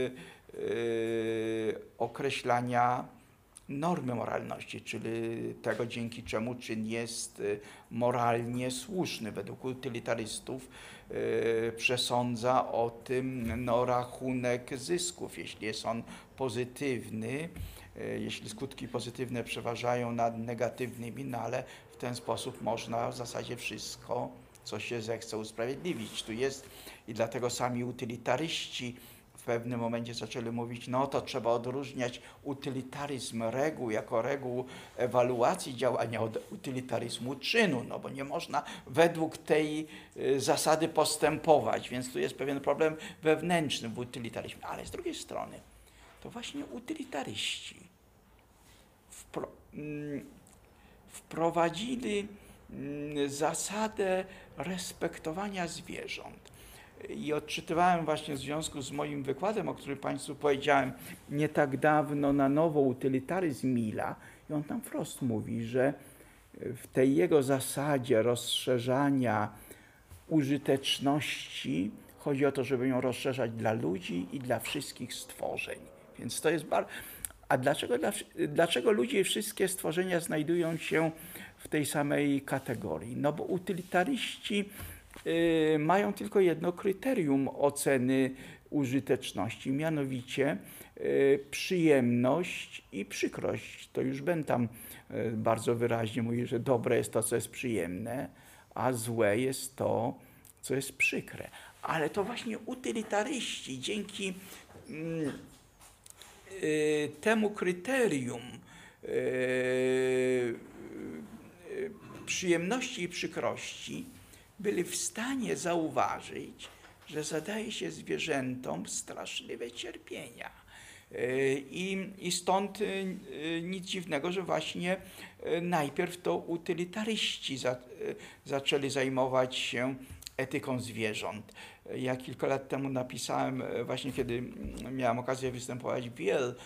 określania normy moralności, czyli tego, dzięki czemu czyn jest moralnie słuszny. Według utylitarystów przesądza o tym rachunek zysków. Jeśli jest on pozytywny, jeśli skutki pozytywne przeważają nad negatywnymi, no ale w ten sposób można w zasadzie wszystko, co się zechce, usprawiedliwić. Tu jest i dlatego sami utylitaryści w pewnym momencie zaczęli mówić, no to trzeba odróżniać utylitaryzm reguł jako reguł ewaluacji działania od utylitaryzmu czynu, no bo nie można według tej zasady postępować, więc tu jest pewien problem wewnętrzny w utylitaryzmie. Ale z drugiej strony to właśnie utylitaryści wprowadzili zasadę respektowania zwierząt. I odczytywałem właśnie w związku z moim wykładem, o którym Państwu powiedziałem nie tak dawno, na nowo utylitaryzm Milla. I on tam wprost mówi, że w tej jego zasadzie rozszerzania użyteczności chodzi o to, żeby ją rozszerzać dla ludzi i dla wszystkich stworzeń. Więc to jest bardzo... A dlaczego ludzie i wszystkie stworzenia znajdują się w tej samej kategorii? No bo utylitaryści mają tylko jedno kryterium oceny użyteczności, mianowicie przyjemność i przykrość. To już Bentham bardzo wyraźnie mówi, że dobre jest to, co jest przyjemne, a złe jest to, co jest przykre. Ale to właśnie utylitaryści dzięki temu kryterium przyjemności i przykrości byli w stanie zauważyć, że zadaje się zwierzętom straszliwe cierpienia. I stąd nic dziwnego, że właśnie najpierw to utylitaryści zaczęli zajmować się etyką zwierząt. Ja kilka lat temu napisałem, właśnie kiedy miałem okazję występować w Yale,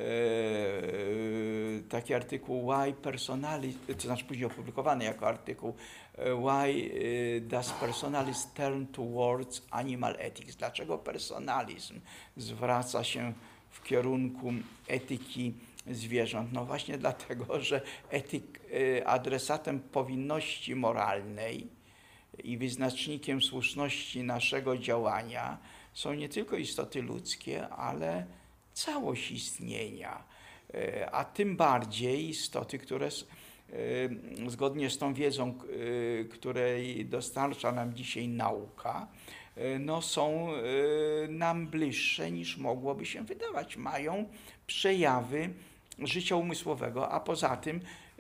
taki artykuł Why Personalism, to znaczy później opublikowany jako artykuł Why does personalism turn towards animal ethics? Dlaczego personalizm zwraca się w kierunku etyki zwierząt? No właśnie dlatego, że adresatem powinności moralnej i wyznacznikiem słuszności naszego działania są nie tylko istoty ludzkie, ale całość istnienia, a tym bardziej istoty, które zgodnie z tą wiedzą, której dostarcza nam dzisiaj nauka, no są nam bliższe niż mogłoby się wydawać. Mają przejawy życia umysłowego, a poza tym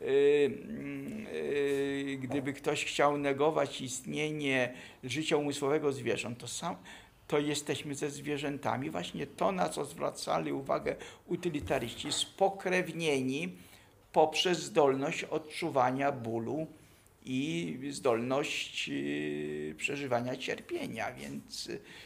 gdyby ktoś chciał negować istnienie życia umysłowego zwierząt, to jesteśmy ze zwierzętami. Właśnie to, na co zwracali uwagę utylitaryści, spokrewnieni poprzez zdolność odczuwania bólu i zdolność przeżywania cierpienia, więc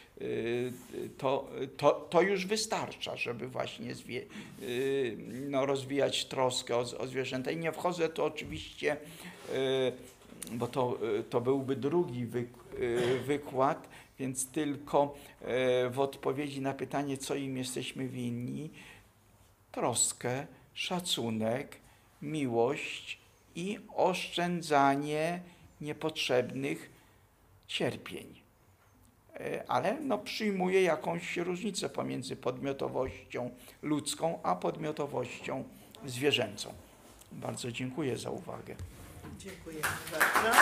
to już wystarcza, żeby właśnie rozwijać troskę o zwierzęta. I nie wchodzę tu oczywiście, bo to byłby drugi wykład, więc tylko w odpowiedzi na pytanie, co im jesteśmy winni, troskę, szacunek, miłość i oszczędzanie niepotrzebnych cierpień. Ale przyjmuje jakąś różnicę pomiędzy podmiotowością ludzką a podmiotowością zwierzęcą. Bardzo dziękuję za uwagę. Dziękuję bardzo.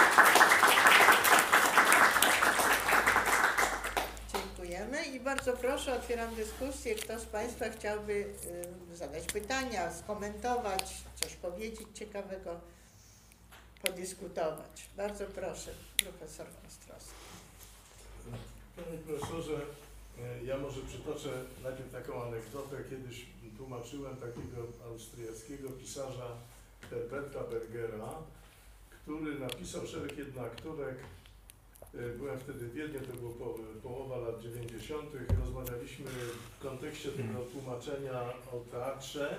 Dziękujemy i bardzo proszę, otwieram dyskusję. Kto z Państwa chciałby zadać pytania, skomentować, coś powiedzieć ciekawego? podyskutować. Bardzo proszę, profesor Ostrowski. Panie profesorze, ja może przytoczę najpierw taką anegdotę. Kiedyś tłumaczyłem takiego austriackiego pisarza Herberta Bergera, który napisał szereg jednoaktorek. Byłem wtedy w Wiedniu, to było połowa lat 90. Rozmawialiśmy w kontekście tego tłumaczenia o teatrze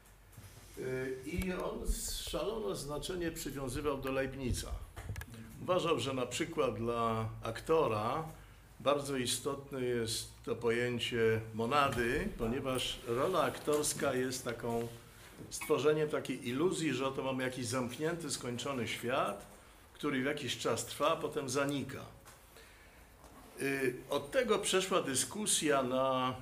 i on szalone znaczenie przywiązywał do Leibnica. Uważał, że na przykład dla aktora bardzo istotne jest to pojęcie monady, ponieważ rola aktorska jest taką stworzeniem takiej iluzji, że oto mamy jakiś zamknięty, skończony świat, który w jakiś czas trwa, a potem zanika. Od tego przeszła dyskusja na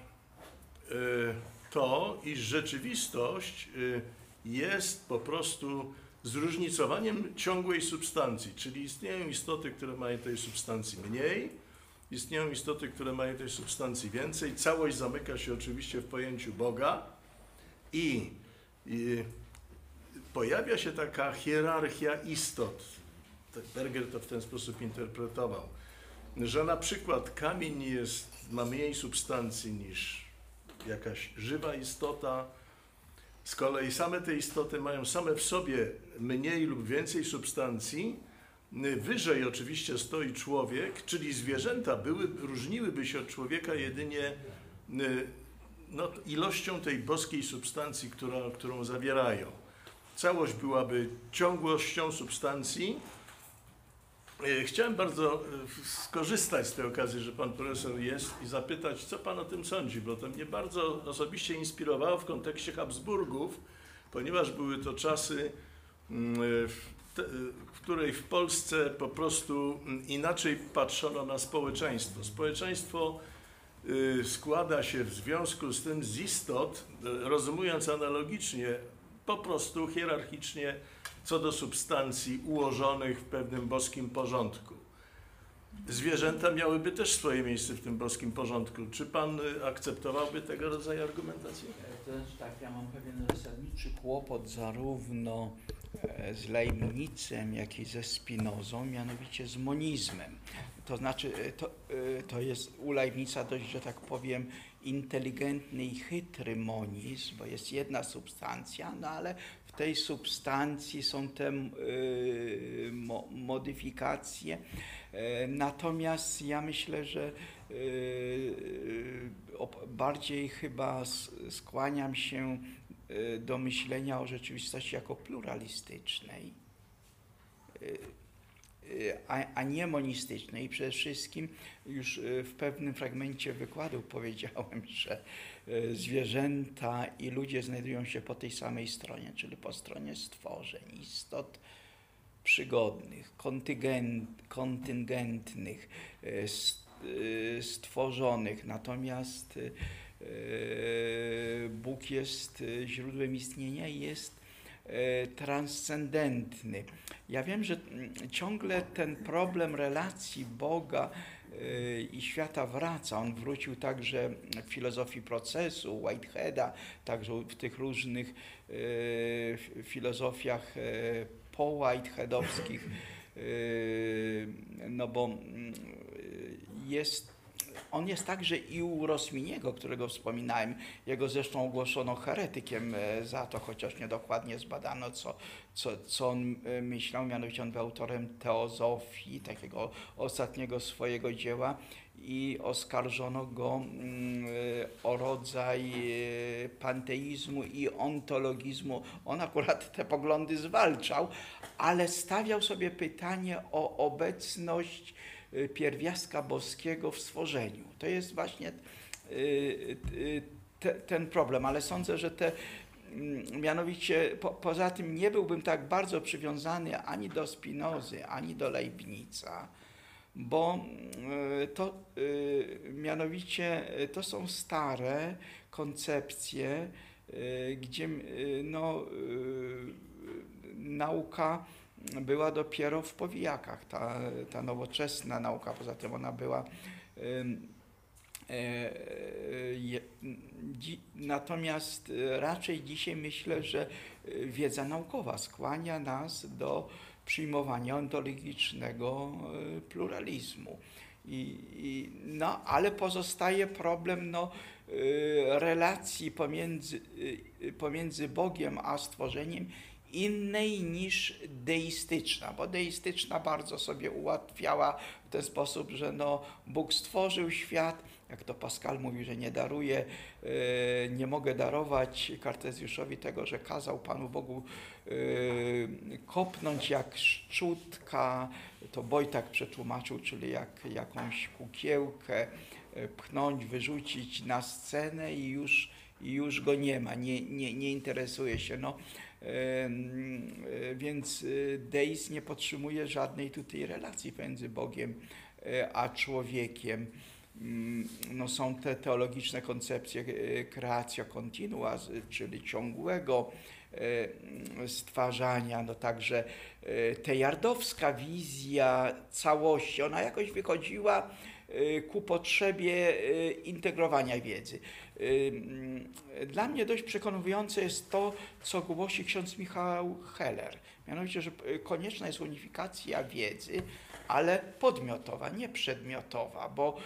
to, iż rzeczywistość jest po prostu zróżnicowaniem ciągłej substancji, czyli istnieją istoty, które mają tej substancji mniej, istnieją istoty, które mają tej substancji więcej. Całość zamyka się oczywiście w pojęciu Boga i pojawia się taka hierarchia istot. Berger to w ten sposób interpretował, że na przykład kamień ma mniej substancji niż jakaś żywa istota. Z kolei same te istoty mają same w sobie mniej lub więcej substancji. Wyżej oczywiście stoi człowiek, czyli zwierzęta różniłyby się od człowieka jedynie ilością tej boskiej substancji, którą zawierają. Całość byłaby ciągłością substancji. Chciałem bardzo skorzystać z tej okazji, że pan profesor jest i zapytać, co pan o tym sądzi, bo to mnie bardzo osobiście inspirowało w kontekście Habsburgów, ponieważ były to czasy, w której w Polsce po prostu inaczej patrzono na społeczeństwo. Społeczeństwo składa się w związku z tym z istot, rozumując analogicznie, po prostu hierarchicznie co do substancji ułożonych w pewnym boskim porządku. Zwierzęta miałyby też swoje miejsce w tym boskim porządku. Czy pan akceptowałby tego rodzaju argumentację? To znaczy tak, ja mam pewien zasadniczy kłopot zarówno z Leibnicem, jak i ze Spinozą, mianowicie z monizmem. To znaczy, to jest u Leibnica dość, że tak powiem, inteligentny i chytry monizm, bo jest jedna substancja, no ale w tej substancji są te modyfikacje. Natomiast ja myślę, że bardziej chyba skłaniam się do myślenia o rzeczywistości jako pluralistycznej, a nie monistycznej. I przede wszystkim już w pewnym fragmencie wykładu powiedziałem, że zwierzęta i ludzie znajdują się po tej samej stronie, czyli po stronie stworzeń, istot przygodnych, kontyngentnych, stworzonych. Natomiast Bóg jest źródłem istnienia i jest transcendentny. Ja wiem, że ciągle ten problem relacji Boga i świata wraca. On wrócił także w filozofii procesu Whiteheada, także w tych różnych filozofiach po-whiteheadowskich, no bo on jest także i u Rosminiego, którego wspominałem. Jego zresztą ogłoszono heretykiem za to, chociaż niedokładnie zbadano, co on myślał. Mianowicie on był autorem Teozofii, takiego ostatniego swojego dzieła, i oskarżono go o rodzaj panteizmu i ontologizmu. On akurat te poglądy zwalczał, ale stawiał sobie pytanie o obecność pierwiastka boskiego w stworzeniu. To jest właśnie ten problem, ale sądzę, że mianowicie poza tym nie byłbym tak bardzo przywiązany ani do Spinozy, ani do Leibnica, bo mianowicie to są stare koncepcje, gdzie nauka była dopiero w powijakach, ta nowoczesna nauka. Poza tym ona była natomiast raczej dzisiaj myślę, że wiedza naukowa skłania nas do przyjmowania ontologicznego pluralizmu. No, ale pozostaje problem relacji pomiędzy Bogiem a stworzeniem innej niż deistyczna, bo deistyczna bardzo sobie ułatwiała w ten sposób, że Bóg stworzył świat, jak to Pascal mówił, że nie mogę darować Kartezjuszowi tego, że kazał Panu Bogu kopnąć jak szczutka, to Wojtak przetłumaczył, czyli jak jakąś kukiełkę, pchnąć, wyrzucić na scenę i już go nie ma, nie interesuje się. Więc deizm nie podtrzymuje żadnej tutaj relacji między Bogiem a człowiekiem. Są te teologiczne koncepcje creatio continua, czyli ciągłego stwarzania, także tejardowska wizja całości, ona jakoś wychodziła ku potrzebie integrowania wiedzy. Dla mnie dość przekonujące jest to, co głosi ksiądz Michał Heller. Mianowicie, że konieczna jest unifikacja wiedzy, ale podmiotowa, nie przedmiotowa, bo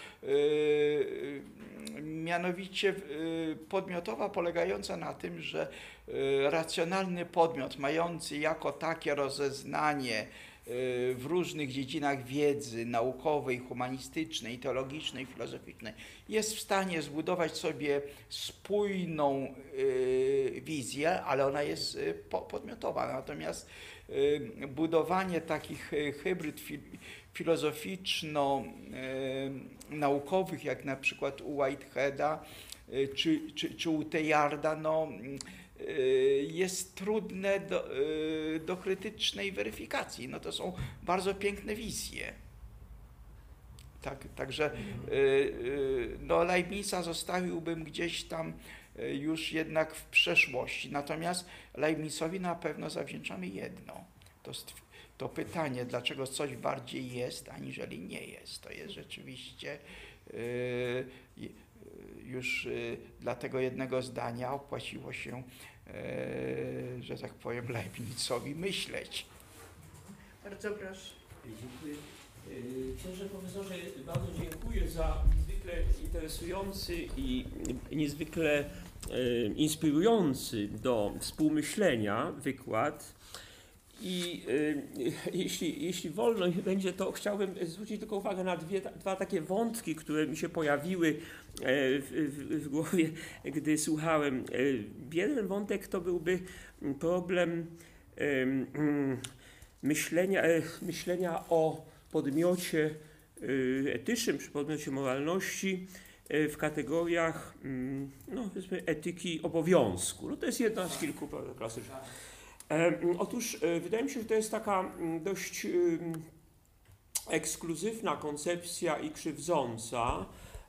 mianowicie podmiotowa polegająca na tym, że racjonalny podmiot mający jako takie rozeznanie w różnych dziedzinach wiedzy naukowej, humanistycznej, teologicznej, filozoficznej jest w stanie zbudować sobie spójną wizję, ale ona jest podmiotowa. Natomiast budowanie takich hybryd filozoficzno-naukowych, jak na przykład u Whiteheada czy u Teilharda, jest trudne do krytycznej weryfikacji. To są bardzo piękne wizje. Także Leibniza zostawiłbym gdzieś tam już jednak w przeszłości. Natomiast Leibnizowi na pewno zawdzięczamy jedno. To pytanie, dlaczego coś bardziej jest, aniżeli nie jest. To jest rzeczywiście już dla tego jednego zdania opłaciło się, że tak powiem, Leibnizowi myśleć. Bardzo proszę. Dziękuję. Księże profesorze, bardzo dziękuję za niezwykle interesujący i niezwykle inspirujący do współmyślenia wykład. I jeśli wolno będzie, to chciałbym zwrócić tylko uwagę na dwa takie wątki, które mi się pojawiły w głowie, gdy słuchałem. Jeden wątek to byłby problem myślenia o podmiocie etycznym, czy podmiocie moralności w kategoriach powiedzmy etyki obowiązku. To jest jedna z kilku klasycznych. Otóż wydaje mi się, że to jest taka dość ekskluzywna koncepcja i krzywdząca,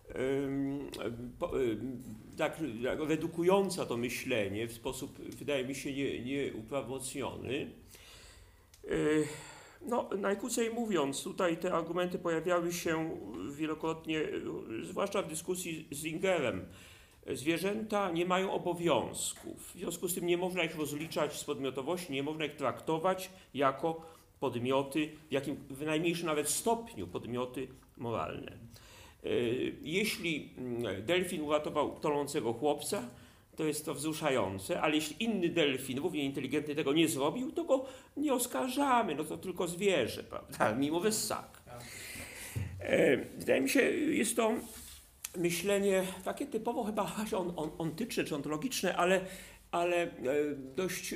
tak redukująca to myślenie w sposób, wydaje mi się, nieuprawomocniony. Najkrócej mówiąc, tutaj te argumenty pojawiały się wielokrotnie, zwłaszcza w dyskusji z Zingerem. Zwierzęta nie mają obowiązków, w związku z tym nie można ich rozliczać z podmiotowości, nie można ich traktować jako podmioty, w najmniejszym nawet stopniu podmioty moralne. Jeśli delfin uratował tonącego chłopca, to jest to wzruszające, ale jeśli inny delfin, równie inteligentny, tego nie zrobił, to go nie oskarżamy, to tylko zwierzę, prawda, mimo wyssak. Wydaje mi się, jest to myślenie takie typowo chyba ontyczne czy ontologiczne, ale dość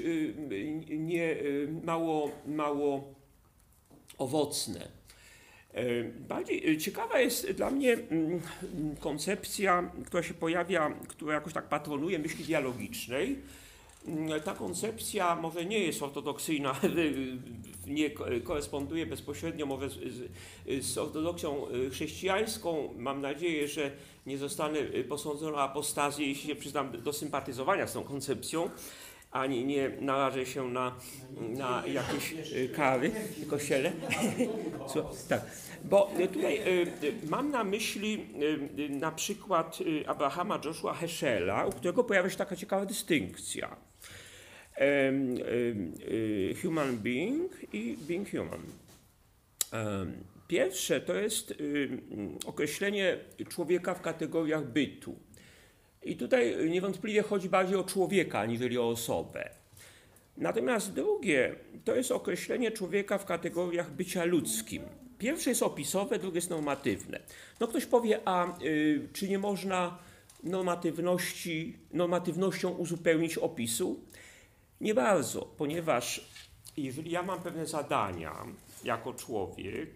mało owocne. Bardziej ciekawa jest dla mnie koncepcja, która się pojawia, która jakoś tak patronuje myśli dialogicznej. Ta koncepcja może nie jest ortodoksyjna, nie koresponduje bezpośrednio może z ortodoksją chrześcijańską. Mam nadzieję, że nie zostanę posądzony o apostazję, jeśli się przyznam do sympatyzowania z tą koncepcją, ani nie narażę się na jakieś kary w kościele. Tak. Bo tutaj mam na myśli na przykład Abrahama Joshua Heschela, u którego pojawia się taka ciekawa dystynkcja. human being i being human. Pierwsze to jest określenie człowieka w kategoriach bytu. I tutaj niewątpliwie chodzi bardziej o człowieka, aniżeli o osobę. Natomiast drugie to jest określenie człowieka w kategoriach bycia ludzkim. Pierwsze jest opisowe, drugie jest normatywne. No ktoś powie, czy nie można normatywnością uzupełnić opisu? Nie bardzo, ponieważ jeżeli ja mam pewne zadania jako człowiek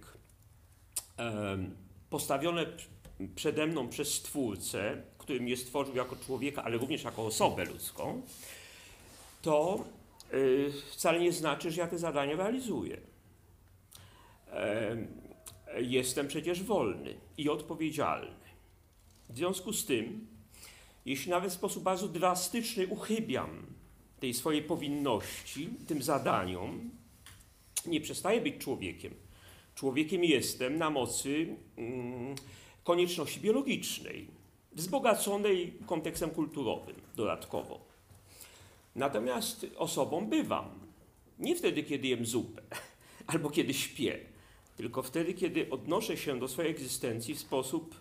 postawione przede mną przez Stwórcę, który mnie stworzył jako człowieka, ale również jako osobę ludzką, to wcale nie znaczy, że ja te zadania realizuję. Jestem przecież wolny i odpowiedzialny. W związku z tym, jeśli nawet w sposób bardzo drastyczny uchybiam tej swojej powinności, tym zadaniom, nie przestaję być człowiekiem. Człowiekiem jestem na mocy konieczności biologicznej, wzbogaconej kontekstem kulturowym dodatkowo. Natomiast osobą bywam. Nie wtedy, kiedy jem zupę albo kiedy śpię, tylko wtedy, kiedy odnoszę się do swojej egzystencji w sposób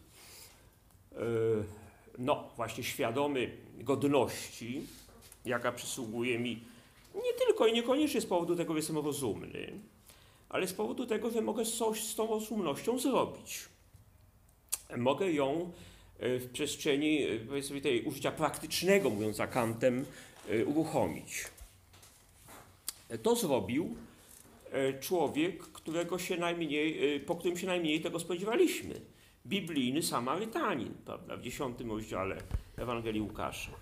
właśnie świadomy godności, jaka przysługuje mi nie tylko i niekoniecznie z powodu tego, że jestem rozumny, ale z powodu tego, że mogę coś z tą rozumnością zrobić. Mogę ją w przestrzeni, powiedzmy, tej użycia praktycznego, mówiąc akantem, uruchomić. To zrobił człowiek, po którym się najmniej tego spodziewaliśmy. Biblijny Samarytanin, prawda, w 10 rozdziale Ewangelii Łukasza.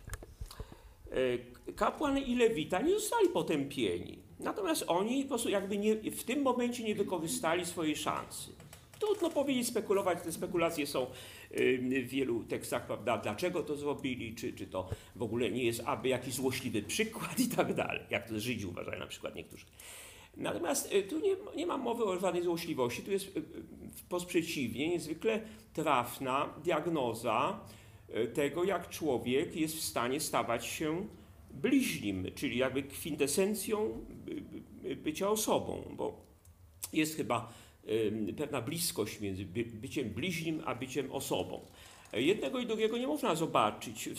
Kapłan i lewita nie zostali potępieni, natomiast oni po prostu w tym momencie nie wykorzystali swojej szansy. Trudno powiedzieć, spekulować, te spekulacje są w wielu tekstach, prawda, dlaczego to zrobili, czy to w ogóle nie jest jakiś złośliwy przykład i tak dalej, jak to Żydzi uważają na przykład niektórzy. Natomiast tu nie ma mowy o żadnej złośliwości, tu jest wprost przeciwnie, niezwykle trafna diagnoza tego, jak człowiek jest w stanie stawać się bliźnim, czyli jakby kwintesencją bycia osobą, bo jest chyba pewna bliskość między byciem bliźnim a byciem osobą. Jednego i drugiego nie można zobaczyć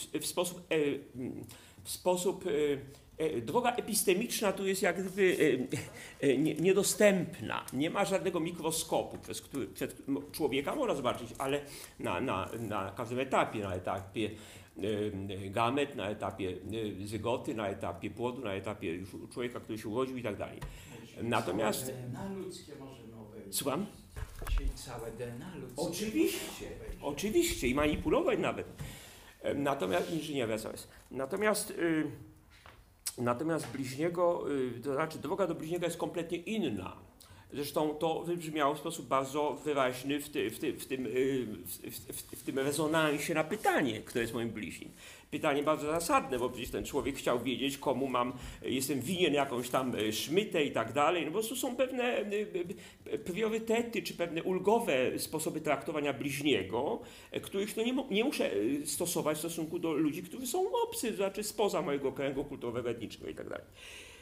w sposób droga epistemiczna tu jest jak gdyby niedostępna. Nie ma żadnego mikroskopu, przez człowieka można zobaczyć, ale na każdym etapie, na etapie gamet, na etapie zygoty, na etapie płodu, na etapie człowieka, który się urodził i tak dalej. Natomiast DNA ludzkie możemy obejrzeć. Słucham? Czyli całe DNA ludzkie. Oczywiście i manipulować nawet. Natomiast inżynieria zaraz. Natomiast bliźniego, to znaczy droga do bliźniego jest kompletnie inna. Zresztą to wybrzmiało w sposób bardzo wyraźny w tym rezonansie na pytanie, kto jest moim bliźnim. Pytanie bardzo zasadne, bo przecież ten człowiek chciał wiedzieć, komu jestem winien jakąś tam szmytę i tak dalej. No po prostu są pewne priorytety, czy pewne ulgowe sposoby traktowania bliźniego, których nie muszę stosować w stosunku do ludzi, którzy są obcy, to znaczy spoza mojego kręgu kulturowego, etnicznego i tak dalej.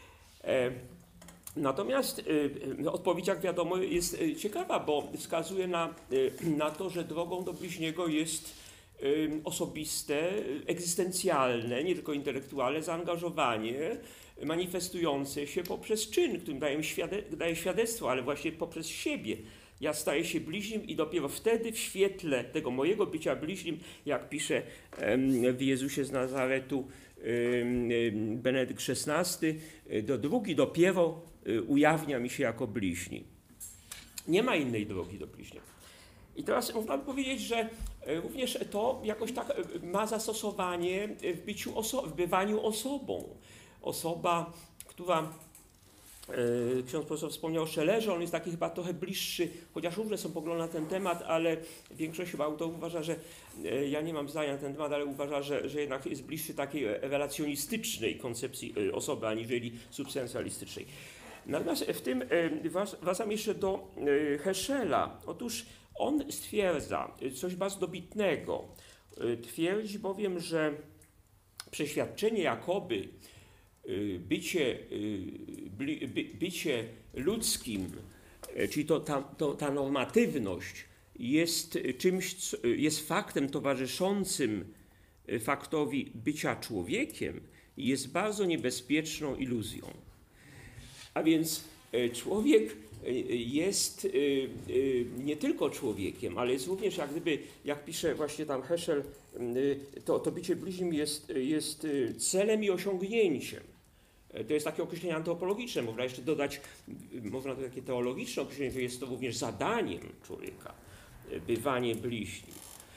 Natomiast odpowiedź, jak wiadomo, jest ciekawa, bo wskazuje na to, że drogą do bliźniego jest osobiste, egzystencjalne, nie tylko intelektualne zaangażowanie manifestujące się poprzez czyn, którym daje świadectwo, ale właśnie poprzez siebie. Ja staję się bliźnim i dopiero wtedy w świetle tego mojego bycia bliźnim, jak pisze w Jezusie z Nazaretu Benedykt XVI, drugi dopiero ujawnia mi się jako bliźni. Nie ma innej drogi do bliźniego. I teraz można by powiedzieć, że również to jakoś tak ma zastosowanie w bywaniu osobą. Osoba, która, ksiądz profesor wspomniał o Schellerze, on jest taki chyba trochę bliższy, chociaż różne są poglądy na ten temat, ale większość chyba autorów uważa, że, ja nie mam zdania na ten temat, ale uważa, że jednak jest bliższy takiej relacjonistycznej koncepcji osoby, aniżeli substancjalistycznej. Natomiast w tym wracam jeszcze do Heschela. Otóż on stwierdza coś bardzo dobitnego. Twierdzi bowiem, że przeświadczenie jakoby bycie ludzkim, czyli ta normatywność jest czymś, jest faktem towarzyszącym faktowi bycia człowiekiem, jest bardzo niebezpieczną iluzją. A więc człowiek jest nie tylko człowiekiem, ale jest również, jak gdyby, jak pisze właśnie tam Heschel, to bycie bliźnim jest celem i osiągnięciem. To jest takie określenie antropologiczne, można jeszcze dodać, można to takie teologiczne określenie, że jest to również zadaniem człowieka, bywanie bliźnim.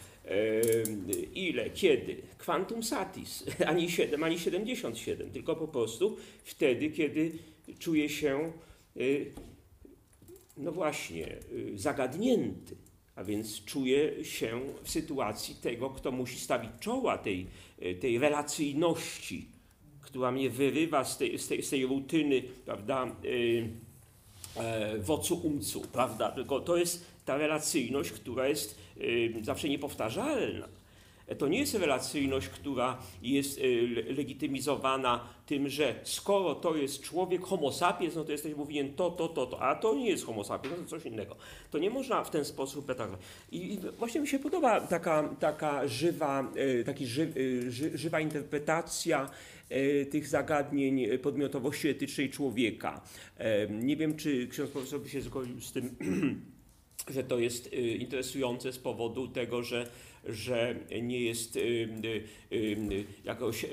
Ile, kiedy? Quantum satis, ani 7, ani 77, tylko po prostu wtedy, kiedy czuje się, no właśnie, zagadnięty, a więc czuje się w sytuacji tego, kto musi stawić czoła tej relacyjności, która mnie wyrywa z tej rutyny, prawda, wocu umcu, prawda, tylko to jest ta relacyjność, która jest zawsze niepowtarzalna. To nie jest relacyjność, która jest legitymizowana tym, że skoro to jest człowiek homo sapiens, no to jesteś powinien to, a to nie jest homo sapiens, no to coś innego. To nie można w ten sposób traktować. I właśnie mi się podoba taka żywa interpretacja tych zagadnień podmiotowości etycznej człowieka. Nie wiem, czy ksiądz profesor by się zgodził z tym, że to jest interesujące z powodu tego, że nie jest jakoś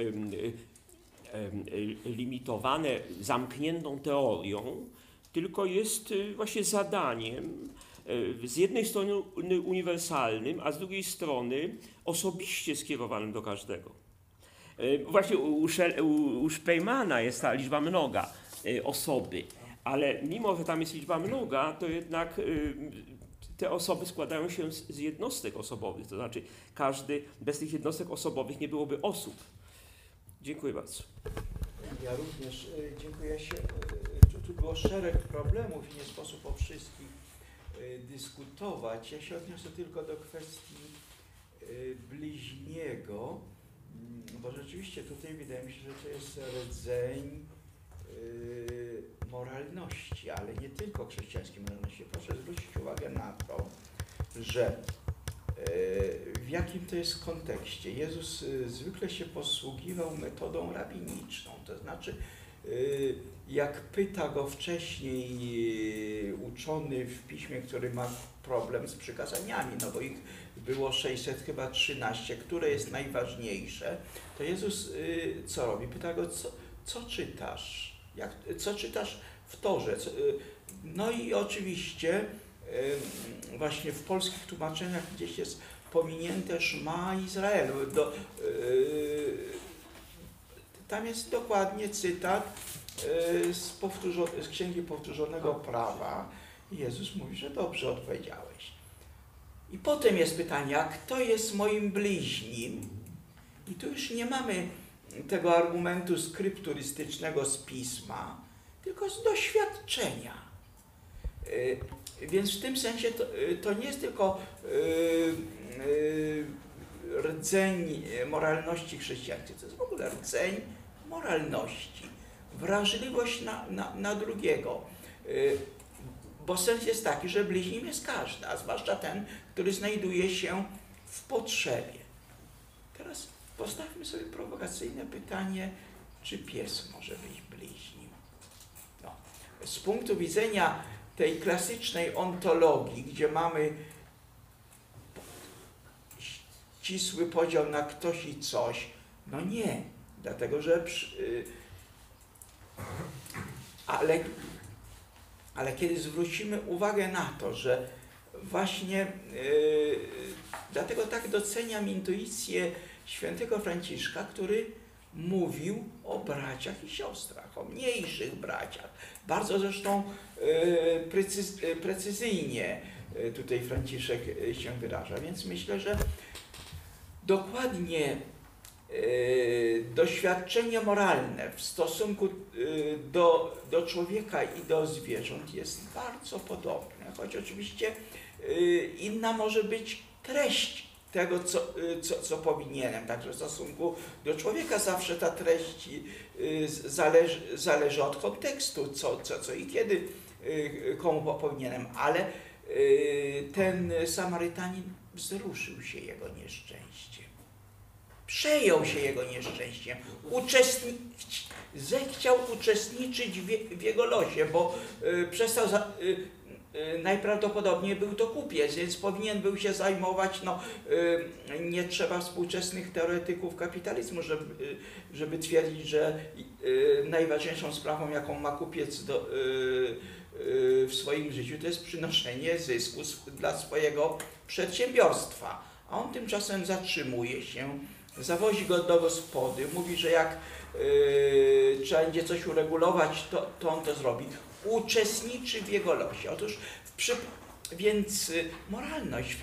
limitowane zamkniętą teorią, tylko jest właśnie zadaniem z jednej strony uniwersalnym, a z drugiej strony osobiście skierowanym do każdego. Właśnie u Speymana jest ta liczba mnoga osoby, ale mimo, że tam jest liczba mnoga, to jednak te osoby składają się z jednostek osobowych, to znaczy bez tych jednostek osobowych nie byłoby osób. Dziękuję bardzo. Ja również dziękuję się. Tu było szereg problemów i nie sposób o wszystkich dyskutować. Ja się odniosę tylko do kwestii bliźniego, bo rzeczywiście tutaj wydaje mi się, że to jest rdzeń moralności, ale nie tylko chrześcijańskiej moralności. Proszę zwrócić uwagę na to, że w jakim to jest kontekście. Jezus zwykle się posługiwał metodą rabiniczną, to znaczy jak pyta go wcześniej uczony w piśmie, który ma problem z przykazaniami, no bo ich było 613, które jest najważniejsze, to Jezus co robi? Pyta go, co czytasz? Co czytasz w Torze? No i oczywiście właśnie w polskich tłumaczeniach gdzieś jest pominięte Szma Izraelu. Tam jest dokładnie cytat z Księgi Powtórzonego Prawa. Jezus mówi, że dobrze odpowiedziałeś. I potem jest pytanie, a kto jest moim bliźnim? I tu już nie mamy tego argumentu skrypturystycznego z Pisma, tylko z doświadczenia. Więc w tym sensie to nie jest tylko rdzeń moralności chrześcijańskiej, to jest w ogóle rdzeń moralności, wrażliwość na drugiego. Bo sens jest taki, że bliźnim jest każdy, a zwłaszcza ten, który znajduje się w potrzebie. Teraz postawmy sobie prowokacyjne pytanie, czy pies może być bliźnim? No. Z punktu widzenia tej klasycznej ontologii, gdzie mamy ścisły podział na ktoś i coś, no nie, dlatego że ale kiedy zwrócimy uwagę na to, że właśnie dlatego tak doceniam intuicję świętego Franciszka, który mówił o braciach i siostrach, o mniejszych braciach. Bardzo zresztą precyzyjnie tutaj Franciszek się wyraża, więc myślę, że dokładnie doświadczenie moralne w stosunku do człowieka i do zwierząt jest bardzo podobne, choć oczywiście inna może być treść tego, co powinienem. Także w stosunku do człowieka zawsze ta treść zależy od kontekstu, co i kiedy komu powinienem, ale ten Samarytanin wzruszył się jego nieszczęściem. Przejął się jego nieszczęściem. Zechciał uczestniczyć w jego losie, bo przestał najprawdopodobniej był to kupiec, więc powinien był się zajmować, nie trzeba współczesnych teoretyków kapitalizmu, żeby twierdzić, że najważniejszą sprawą, jaką ma kupiec w swoim życiu, to jest przynoszenie zysku dla swojego przedsiębiorstwa. A on tymczasem zatrzymuje się, zawozi go do gospody, mówi, że jak trzeba będzie coś uregulować, to on to zrobi. Uczestniczy w jego losie. Otóż więc moralność,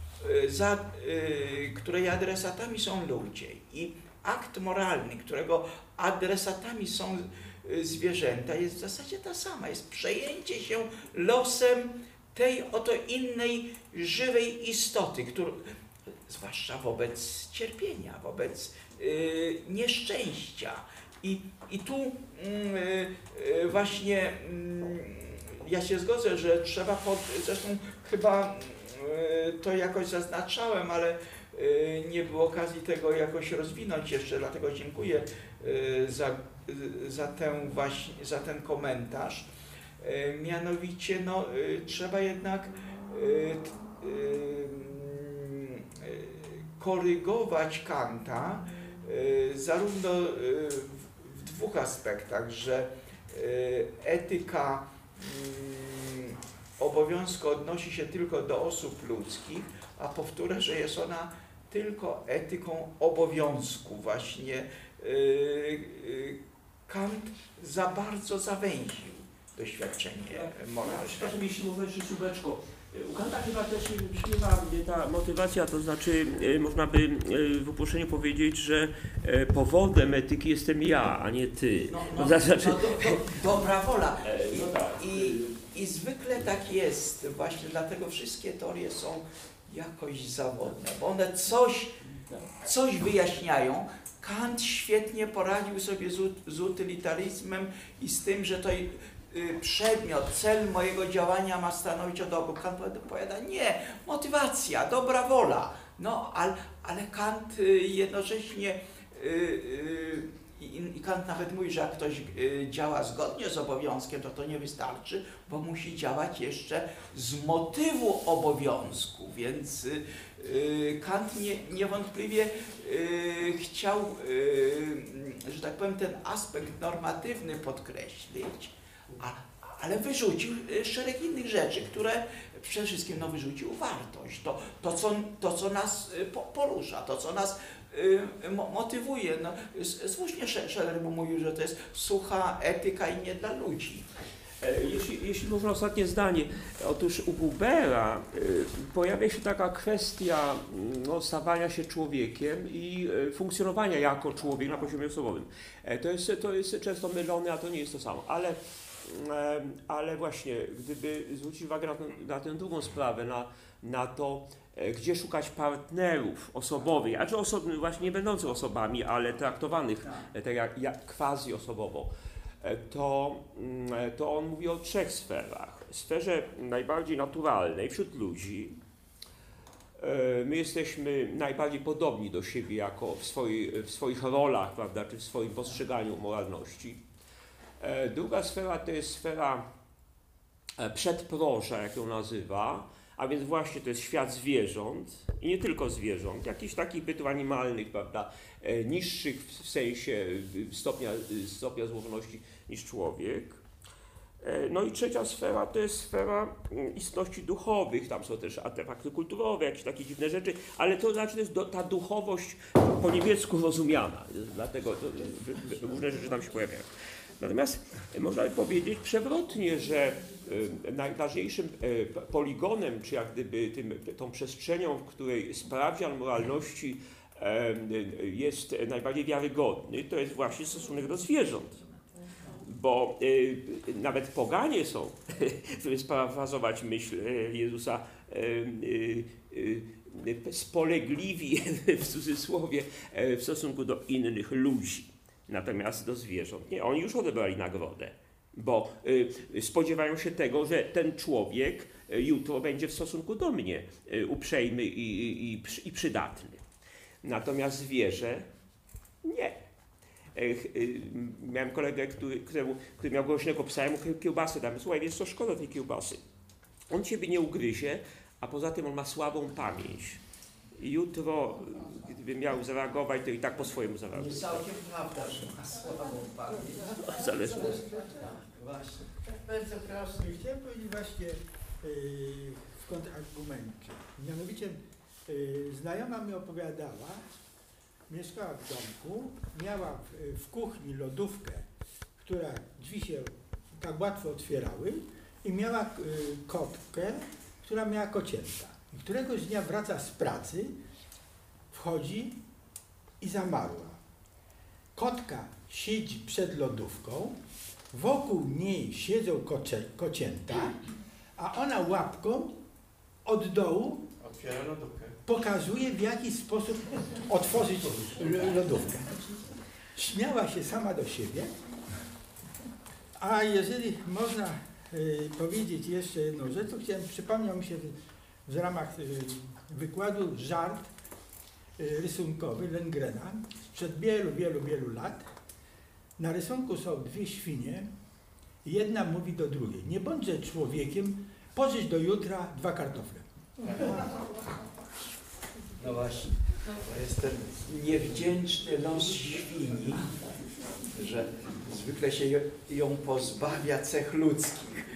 której adresatami są ludzie, i akt moralny, którego adresatami są zwierzęta, jest w zasadzie ta sama. Jest przejęcie się losem tej oto innej, żywej istoty, zwłaszcza wobec cierpienia, wobec nieszczęścia. I tu właśnie ja się zgodzę, że trzeba, zresztą chyba to jakoś zaznaczałem, ale nie było okazji tego jakoś rozwinąć jeszcze, dlatego dziękuję za ten komentarz. Mianowicie trzeba jednak korygować Kanta zarówno w dwóch aspektach, że etyka obowiązku odnosi się tylko do osób ludzkich, a powtórzę, że jest ona tylko etyką obowiązku. Właśnie Kant za bardzo zawęził doświadczenie moralne. Przepraszam, jeśli mówię jeszcze słóweczko. U Kanta chyba też nie wybrzmiewa ta motywacja, to znaczy można by w uproszczeniu powiedzieć, że powodem etyki jestem ja, a nie ty. Dobra wola. Tak. I zwykle tak jest. Właśnie dlatego wszystkie teorie są jakoś zawodne, bo one coś wyjaśniają. Kant świetnie poradził sobie z utylitaryzmem i z tym, że to przedmiot, cel mojego działania ma stanowić o dobru. Kant powiada, nie, motywacja, dobra wola. Ale Kant jednocześnie i Kant nawet mówi, że jak ktoś działa zgodnie z obowiązkiem, to nie wystarczy, bo musi działać jeszcze z motywu obowiązku, więc Kant niewątpliwie chciał, że tak powiem, ten aspekt normatywny podkreślić, ale wyrzucił szereg innych rzeczy, które przede wszystkim wyrzucił wartość, to co nas porusza, to co nas motywuje. Słusznie Scheler mówił, że to jest sucha etyka i nie dla ludzi. Jeśli można ostatnie zdanie, otóż u Bubera pojawia się taka kwestia stawania się człowiekiem i funkcjonowania jako człowiek na poziomie osobowym. To jest często mylone, a to nie jest to samo, ale właśnie gdyby zwrócić uwagę na tę drugą sprawę, na to, gdzie szukać partnerów osobowych, a czy osoby właśnie nie będących osobami, ale traktowanych tak jak quasi-osobowo, to on mówi o trzech sferach. Sferze najbardziej naturalnej wśród ludzi. My jesteśmy najbardziej podobni do siebie jako w swoich rolach, prawda, czy w swoim postrzeganiu moralności. Druga sfera to jest sfera przedproża, jak ją nazywa, a więc właśnie to jest świat zwierząt i nie tylko zwierząt, jakichś takich bytów animalnych, prawda, niższych w sensie stopnia złożoności niż człowiek. No i trzecia sfera to jest sfera istności duchowych, tam są też artefakty kulturowe, jakieś takie dziwne rzeczy, ale to znaczy, to jest ta duchowość po niemiecku rozumiana, dlatego różne rzeczy tam się pojawiają. Natomiast można by powiedzieć przewrotnie, że najważniejszym poligonem, czy jak gdyby tą przestrzenią, w której sprawdzian moralności jest najbardziej wiarygodny, to jest właśnie stosunek do zwierząt. Bo nawet poganie są, żeby sparafrazować myśl Jezusa, spolegliwi w cudzysłowie w stosunku do innych ludzi, natomiast do zwierząt nie. Oni już odebrali nagrodę, bo spodziewają się tego, że ten człowiek jutro będzie w stosunku do mnie uprzejmy i przydatny. Natomiast zwierzę nie. Miałem kolegę, który miał groźnego psa, ja mu kiełbasę damy. Słuchaj, jest to szkoda tej kiełbasy. On ciebie nie ugryzie, a poza tym on ma słabą pamięć. I jutro, gdyby miał zareagować, to i tak po swojemu zareaguje. Nie całkiem prawda, że ma słabą pamięć. Zależy. Właśnie. Bardzo proszę. Chciałem powiedzieć właśnie w kontrargumencie. Mianowicie znajoma mi opowiadała, mieszkała w domku, miała w kuchni lodówkę, która drzwi się tak łatwo otwierały i miała kotkę, która miała kocięta. I któregoś dnia wraca z pracy, wchodzi i zamarła. Kotka siedzi przed lodówką, wokół niej siedzą kocięta, a ona łapką od dołu Otwiera lodówkę. pokazuje, w jaki sposób otworzyć lodówkę. Śmiała się sama do siebie, a jeżeli można powiedzieć jeszcze jedną rzecz, to przypomniał mi się w ramach wykładu żart rysunkowy Lengrena sprzed wielu lat. Na rysunku są dwie świnie, jedna mówi do drugiej: nie bądźże człowiekiem, pożycz do jutra 2 kartofle. No właśnie, to jest ten niewdzięczny los świni, że zwykle się ją pozbawia cech ludzkich.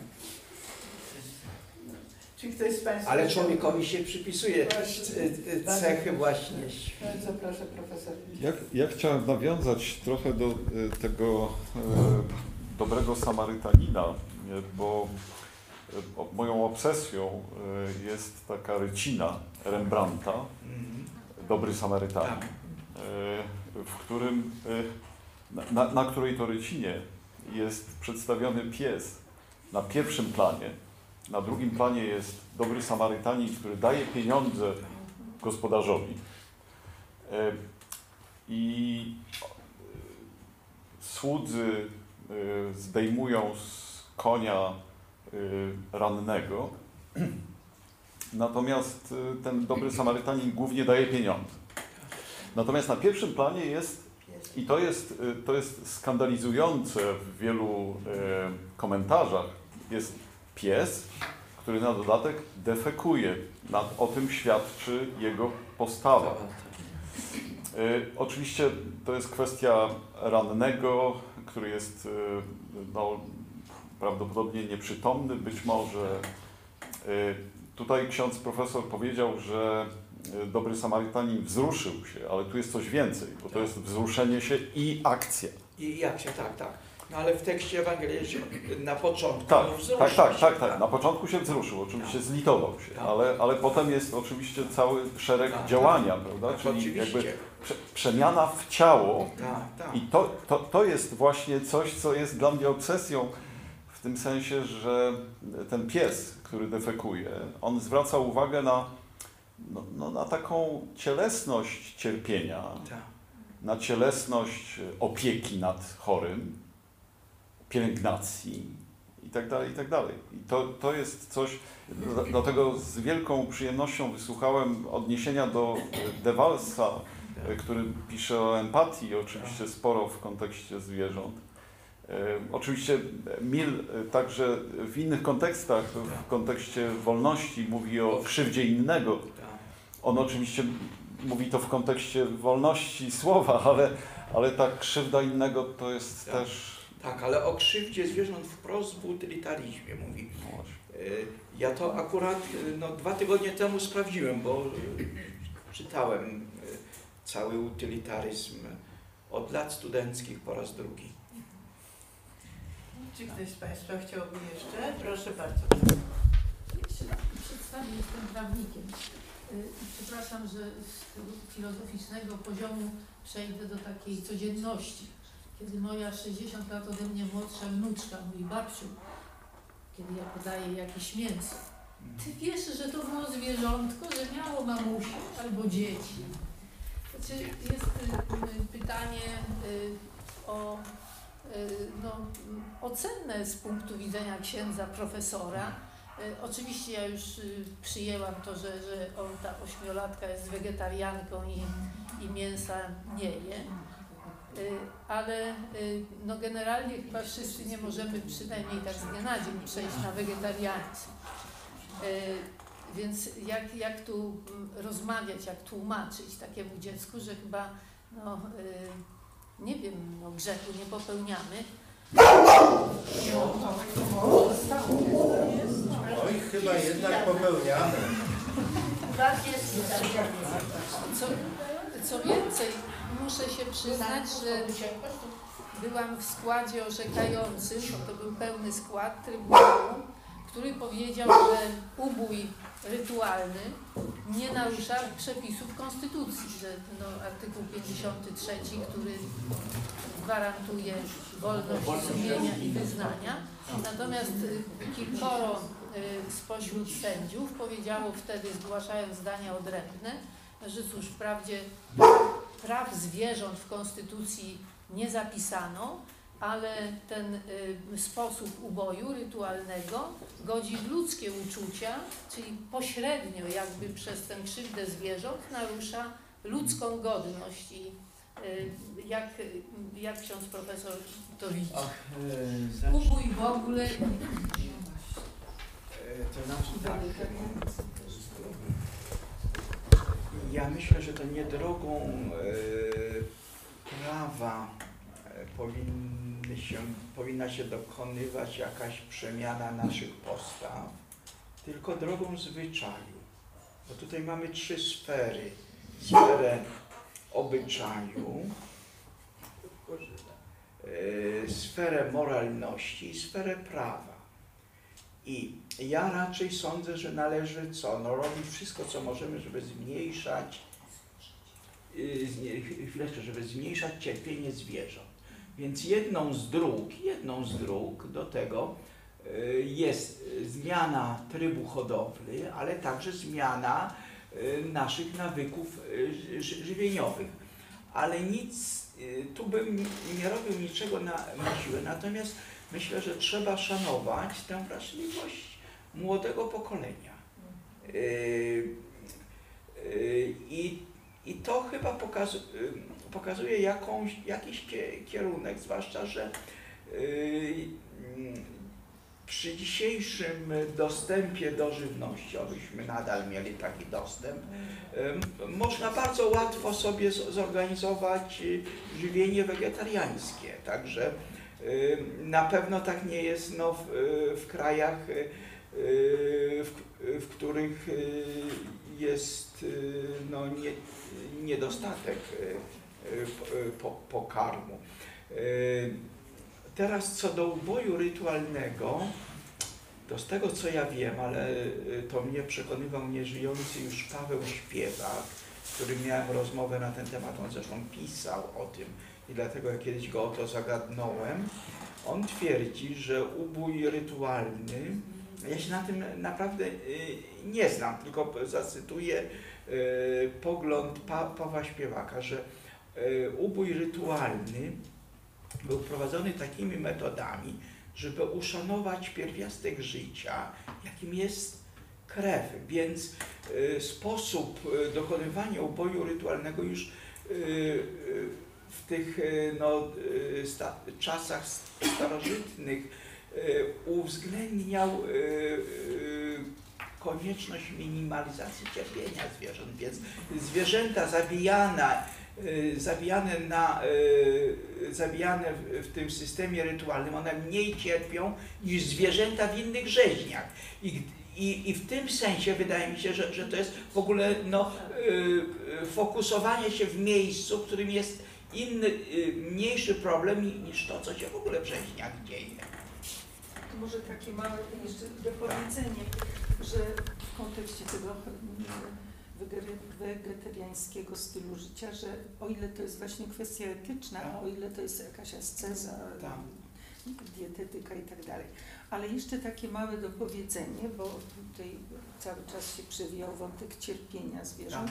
Czy ktoś z Państwa... Ale człowiekowi się przypisuje cechy właśnie. Bardzo proszę, profesor. Ja chciałem nawiązać trochę do tego dobrego Samarytanina, bo moją obsesją jest taka rycina Rembrandta, Dobry Samarytanin, w którym, na której to rycinie jest przedstawiony pies na pierwszym planie. Na drugim planie jest dobry Samarytanin, który daje pieniądze gospodarzowi i słudzy zdejmują z konia rannego, natomiast ten dobry Samarytanin głównie daje pieniądze. Natomiast na pierwszym planie jest, i to jest skandalizujące w wielu komentarzach, jest pies, który na dodatek defekuje. O tym świadczy jego postawa. Oczywiście to jest kwestia rannego, który jest prawdopodobnie nieprzytomny, być może. Tutaj ksiądz profesor powiedział, że dobry Samarytanin wzruszył się, ale tu jest coś więcej, bo to jest wzruszenie się i akcja. I akcja, tak. No ale w tekście Ewangelii się na początku wzruszył tak. Na początku się wzruszył, oczywiście zlitował się, ale potem jest oczywiście cały szereg działania, prawda? Czyli jakby przemiana w ciało. I to jest właśnie coś, co jest dla mnie obsesją w tym sensie, że ten pies, który defekuje, on zwraca uwagę na taką cielesność cierpienia, na cielesność opieki nad chorym, pielęgnacji itd. I to jest coś, dlatego z wielką przyjemnością wysłuchałem odniesienia do De Walsa, który pisze o empatii, oczywiście sporo w kontekście zwierząt. Oczywiście Mill także w innych kontekstach, w kontekście wolności mówi o krzywdzie innego. On oczywiście mówi to w kontekście wolności słowa, ale ta krzywda innego to jest też... Tak, ale o krzywdzie zwierząt wprost w utylitaryzmie mówi. Ja to akurat 2 tygodnie temu sprawdziłem, bo czytałem cały utylitaryzm od lat studenckich po raz drugi. Czy ktoś z Państwa chciałby jeszcze? Proszę bardzo. Ja się przedstawię, jestem prawnikiem. Przepraszam, że z tego filozoficznego poziomu przejdę do takiej codzienności. Kiedy moja 60 lat ode mnie młodsza wnuczka mówi: babciu, kiedy ja podaję jakieś mięso, Ty wiesz, że to było zwierzątko, że miało mamusię albo dzieci. Znaczy jest pytanie o ocenne z punktu widzenia księdza profesora. Oczywiście ja już przyjęłam to, że ta 8-latka jest wegetarianką i mięsa nie je, ale no generalnie chyba wszyscy nie możemy przynajmniej tak z dnia na dzień przejść na wegetarianizm. Więc jak tu rozmawiać, jak tłumaczyć takiemu dziecku, że chyba nie wiem, grzechu nie popełniamy. Oj, chyba jednak popełniamy. Co więcej, muszę się przyznać, że byłam w składzie orzekającym, bo to był pełny skład Trybunału, który powiedział, że ubój rytualny nie narusza przepisów Konstytucji, że artykuł 53, który gwarantuje wolność sumienia i wyznania. Natomiast kilkoro spośród sędziów powiedziało wtedy, zgłaszając zdania odrębne, że cóż, wprawdzie praw zwierząt w Konstytucji nie zapisano, ale ten sposób uboju rytualnego godzi w ludzkie uczucia, czyli pośrednio jakby przez tę krzywdę zwierząt narusza ludzką godność. I jak ksiądz profesor to widzi? Ubój w ogóle... To znaczy tak. Ja myślę, że to nie drogą prawa powinna się dokonywać jakaś przemiana naszych postaw, tylko drogą zwyczaju. Bo tutaj mamy 3 sfery. Sferę obyczaju, sferę moralności i sferę prawa. I ja raczej sądzę, że należy robić wszystko, co możemy, żeby zmniejszać cierpienie zwierząt. Więc jedną z dróg do tego jest zmiana trybu hodowli, ale także zmiana naszych nawyków żywieniowych. Ale tu bym nie robił niczego na siłę, natomiast myślę, że trzeba szanować tę wrażliwość młodego pokolenia. I to chyba pokazuje jakiś kierunek, zwłaszcza, że przy dzisiejszym dostępie do żywności, abyśmy nadal mieli taki dostęp, można bardzo łatwo sobie zorganizować żywienie wegetariańskie. Także na pewno tak nie jest w krajach, w których jest niedostatek pokarmu. Teraz co do uboju rytualnego, to z tego co ja wiem, ale to mnie przekonywał nieżyjący już Paweł Śpiewak, z którym miałem rozmowę na ten temat, on zresztą pisał o tym i dlatego ja kiedyś go o to zagadnąłem. On twierdzi, że ubój rytualny, ja się na tym naprawdę nie znam, tylko zacytuję pogląd Pawła Śpiewaka, że ubój rytualny był prowadzony takimi metodami, żeby uszanować pierwiastek życia, jakim jest krew. Więc sposób dokonywania uboju rytualnego już w tych czasach starożytnych uwzględniał konieczność minimalizacji cierpienia zwierząt, więc zwierzęta zabijane w tym systemie rytualnym, one mniej cierpią niż zwierzęta w innych rzeźniach. I w tym sensie wydaje mi się, że to jest w ogóle fokusowanie się w miejscu, w którym jest inny, mniejszy problem niż to, co się w ogóle w rzeźniach dzieje. To może takie małe jeszcze dopowiedzenie, że w kontekście tego wegetariańskiego stylu życia, że o ile to jest właśnie kwestia etyczna, a o ile to jest jakaś asceza dietetyka i tak dalej. Ale jeszcze takie małe dopowiedzenie, bo tutaj cały czas się przewijał wątek cierpienia zwierząt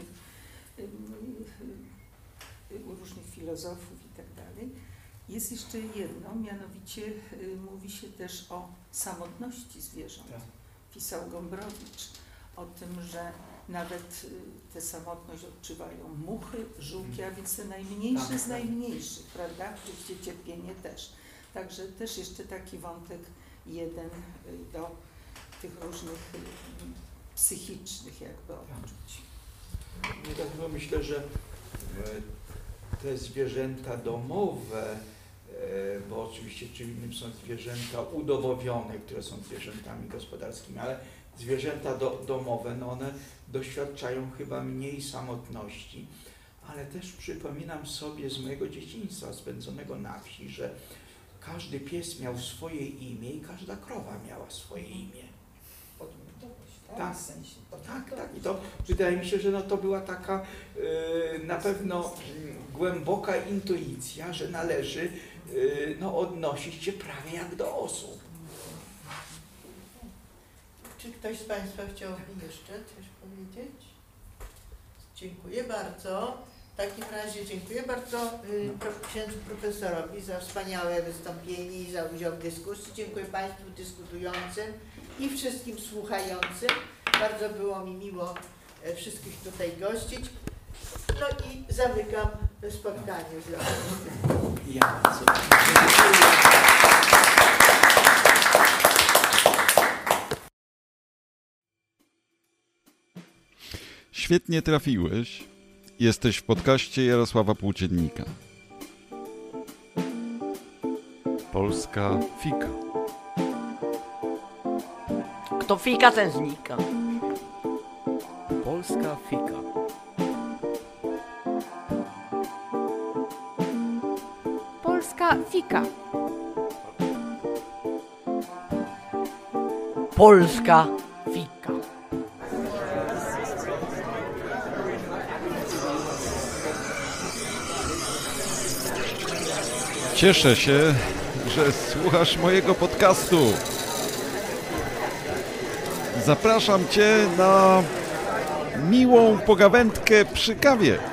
u różnych filozofów i tak dalej. Jest jeszcze jedno, mianowicie mówi się też o samotności zwierząt. Pisał Gombrowicz o tym, że nawet tę samotność odczuwają muchy, żółki, a więc te najmniejsze z najmniejszych, prawda? Oczywiście cierpienie też. Także też jeszcze taki wątek jeden do tych różnych psychicznych jakby odczuć. Dlatego myślę, że te zwierzęta domowe, bo oczywiście czym innym są zwierzęta udomowione, które są zwierzętami gospodarskimi, ale zwierzęta domowe, no one doświadczają chyba mniej samotności, ale też przypominam sobie z mojego dzieciństwa spędzonego na wsi, że każdy pies miał swoje imię i każda krowa miała swoje imię. Tak, tak. I to wydaje mi się, że no to była taka na pewno głęboka intuicja, że należy no, odnosić się prawie jak do osób. Czy ktoś z Państwa chciałby jeszcze coś powiedzieć? Dziękuję bardzo. W takim razie dziękuję bardzo księdzu profesorowi za wspaniałe wystąpienie i za udział w dyskusji. Dziękuję Państwu dyskutującym i wszystkim słuchającym. Bardzo było mi miło wszystkich tutaj gościć. No i zamykam spotkanie z Świetnie trafiłeś. Jesteś w podcaście Jarosława Płóciennika. Polska fika. Kto fika, ten znika. Polska fika. Polska fika. Polska fika. Cieszę się, że słuchasz mojego podcastu. Zapraszam Cię na miłą pogawędkę przy kawie.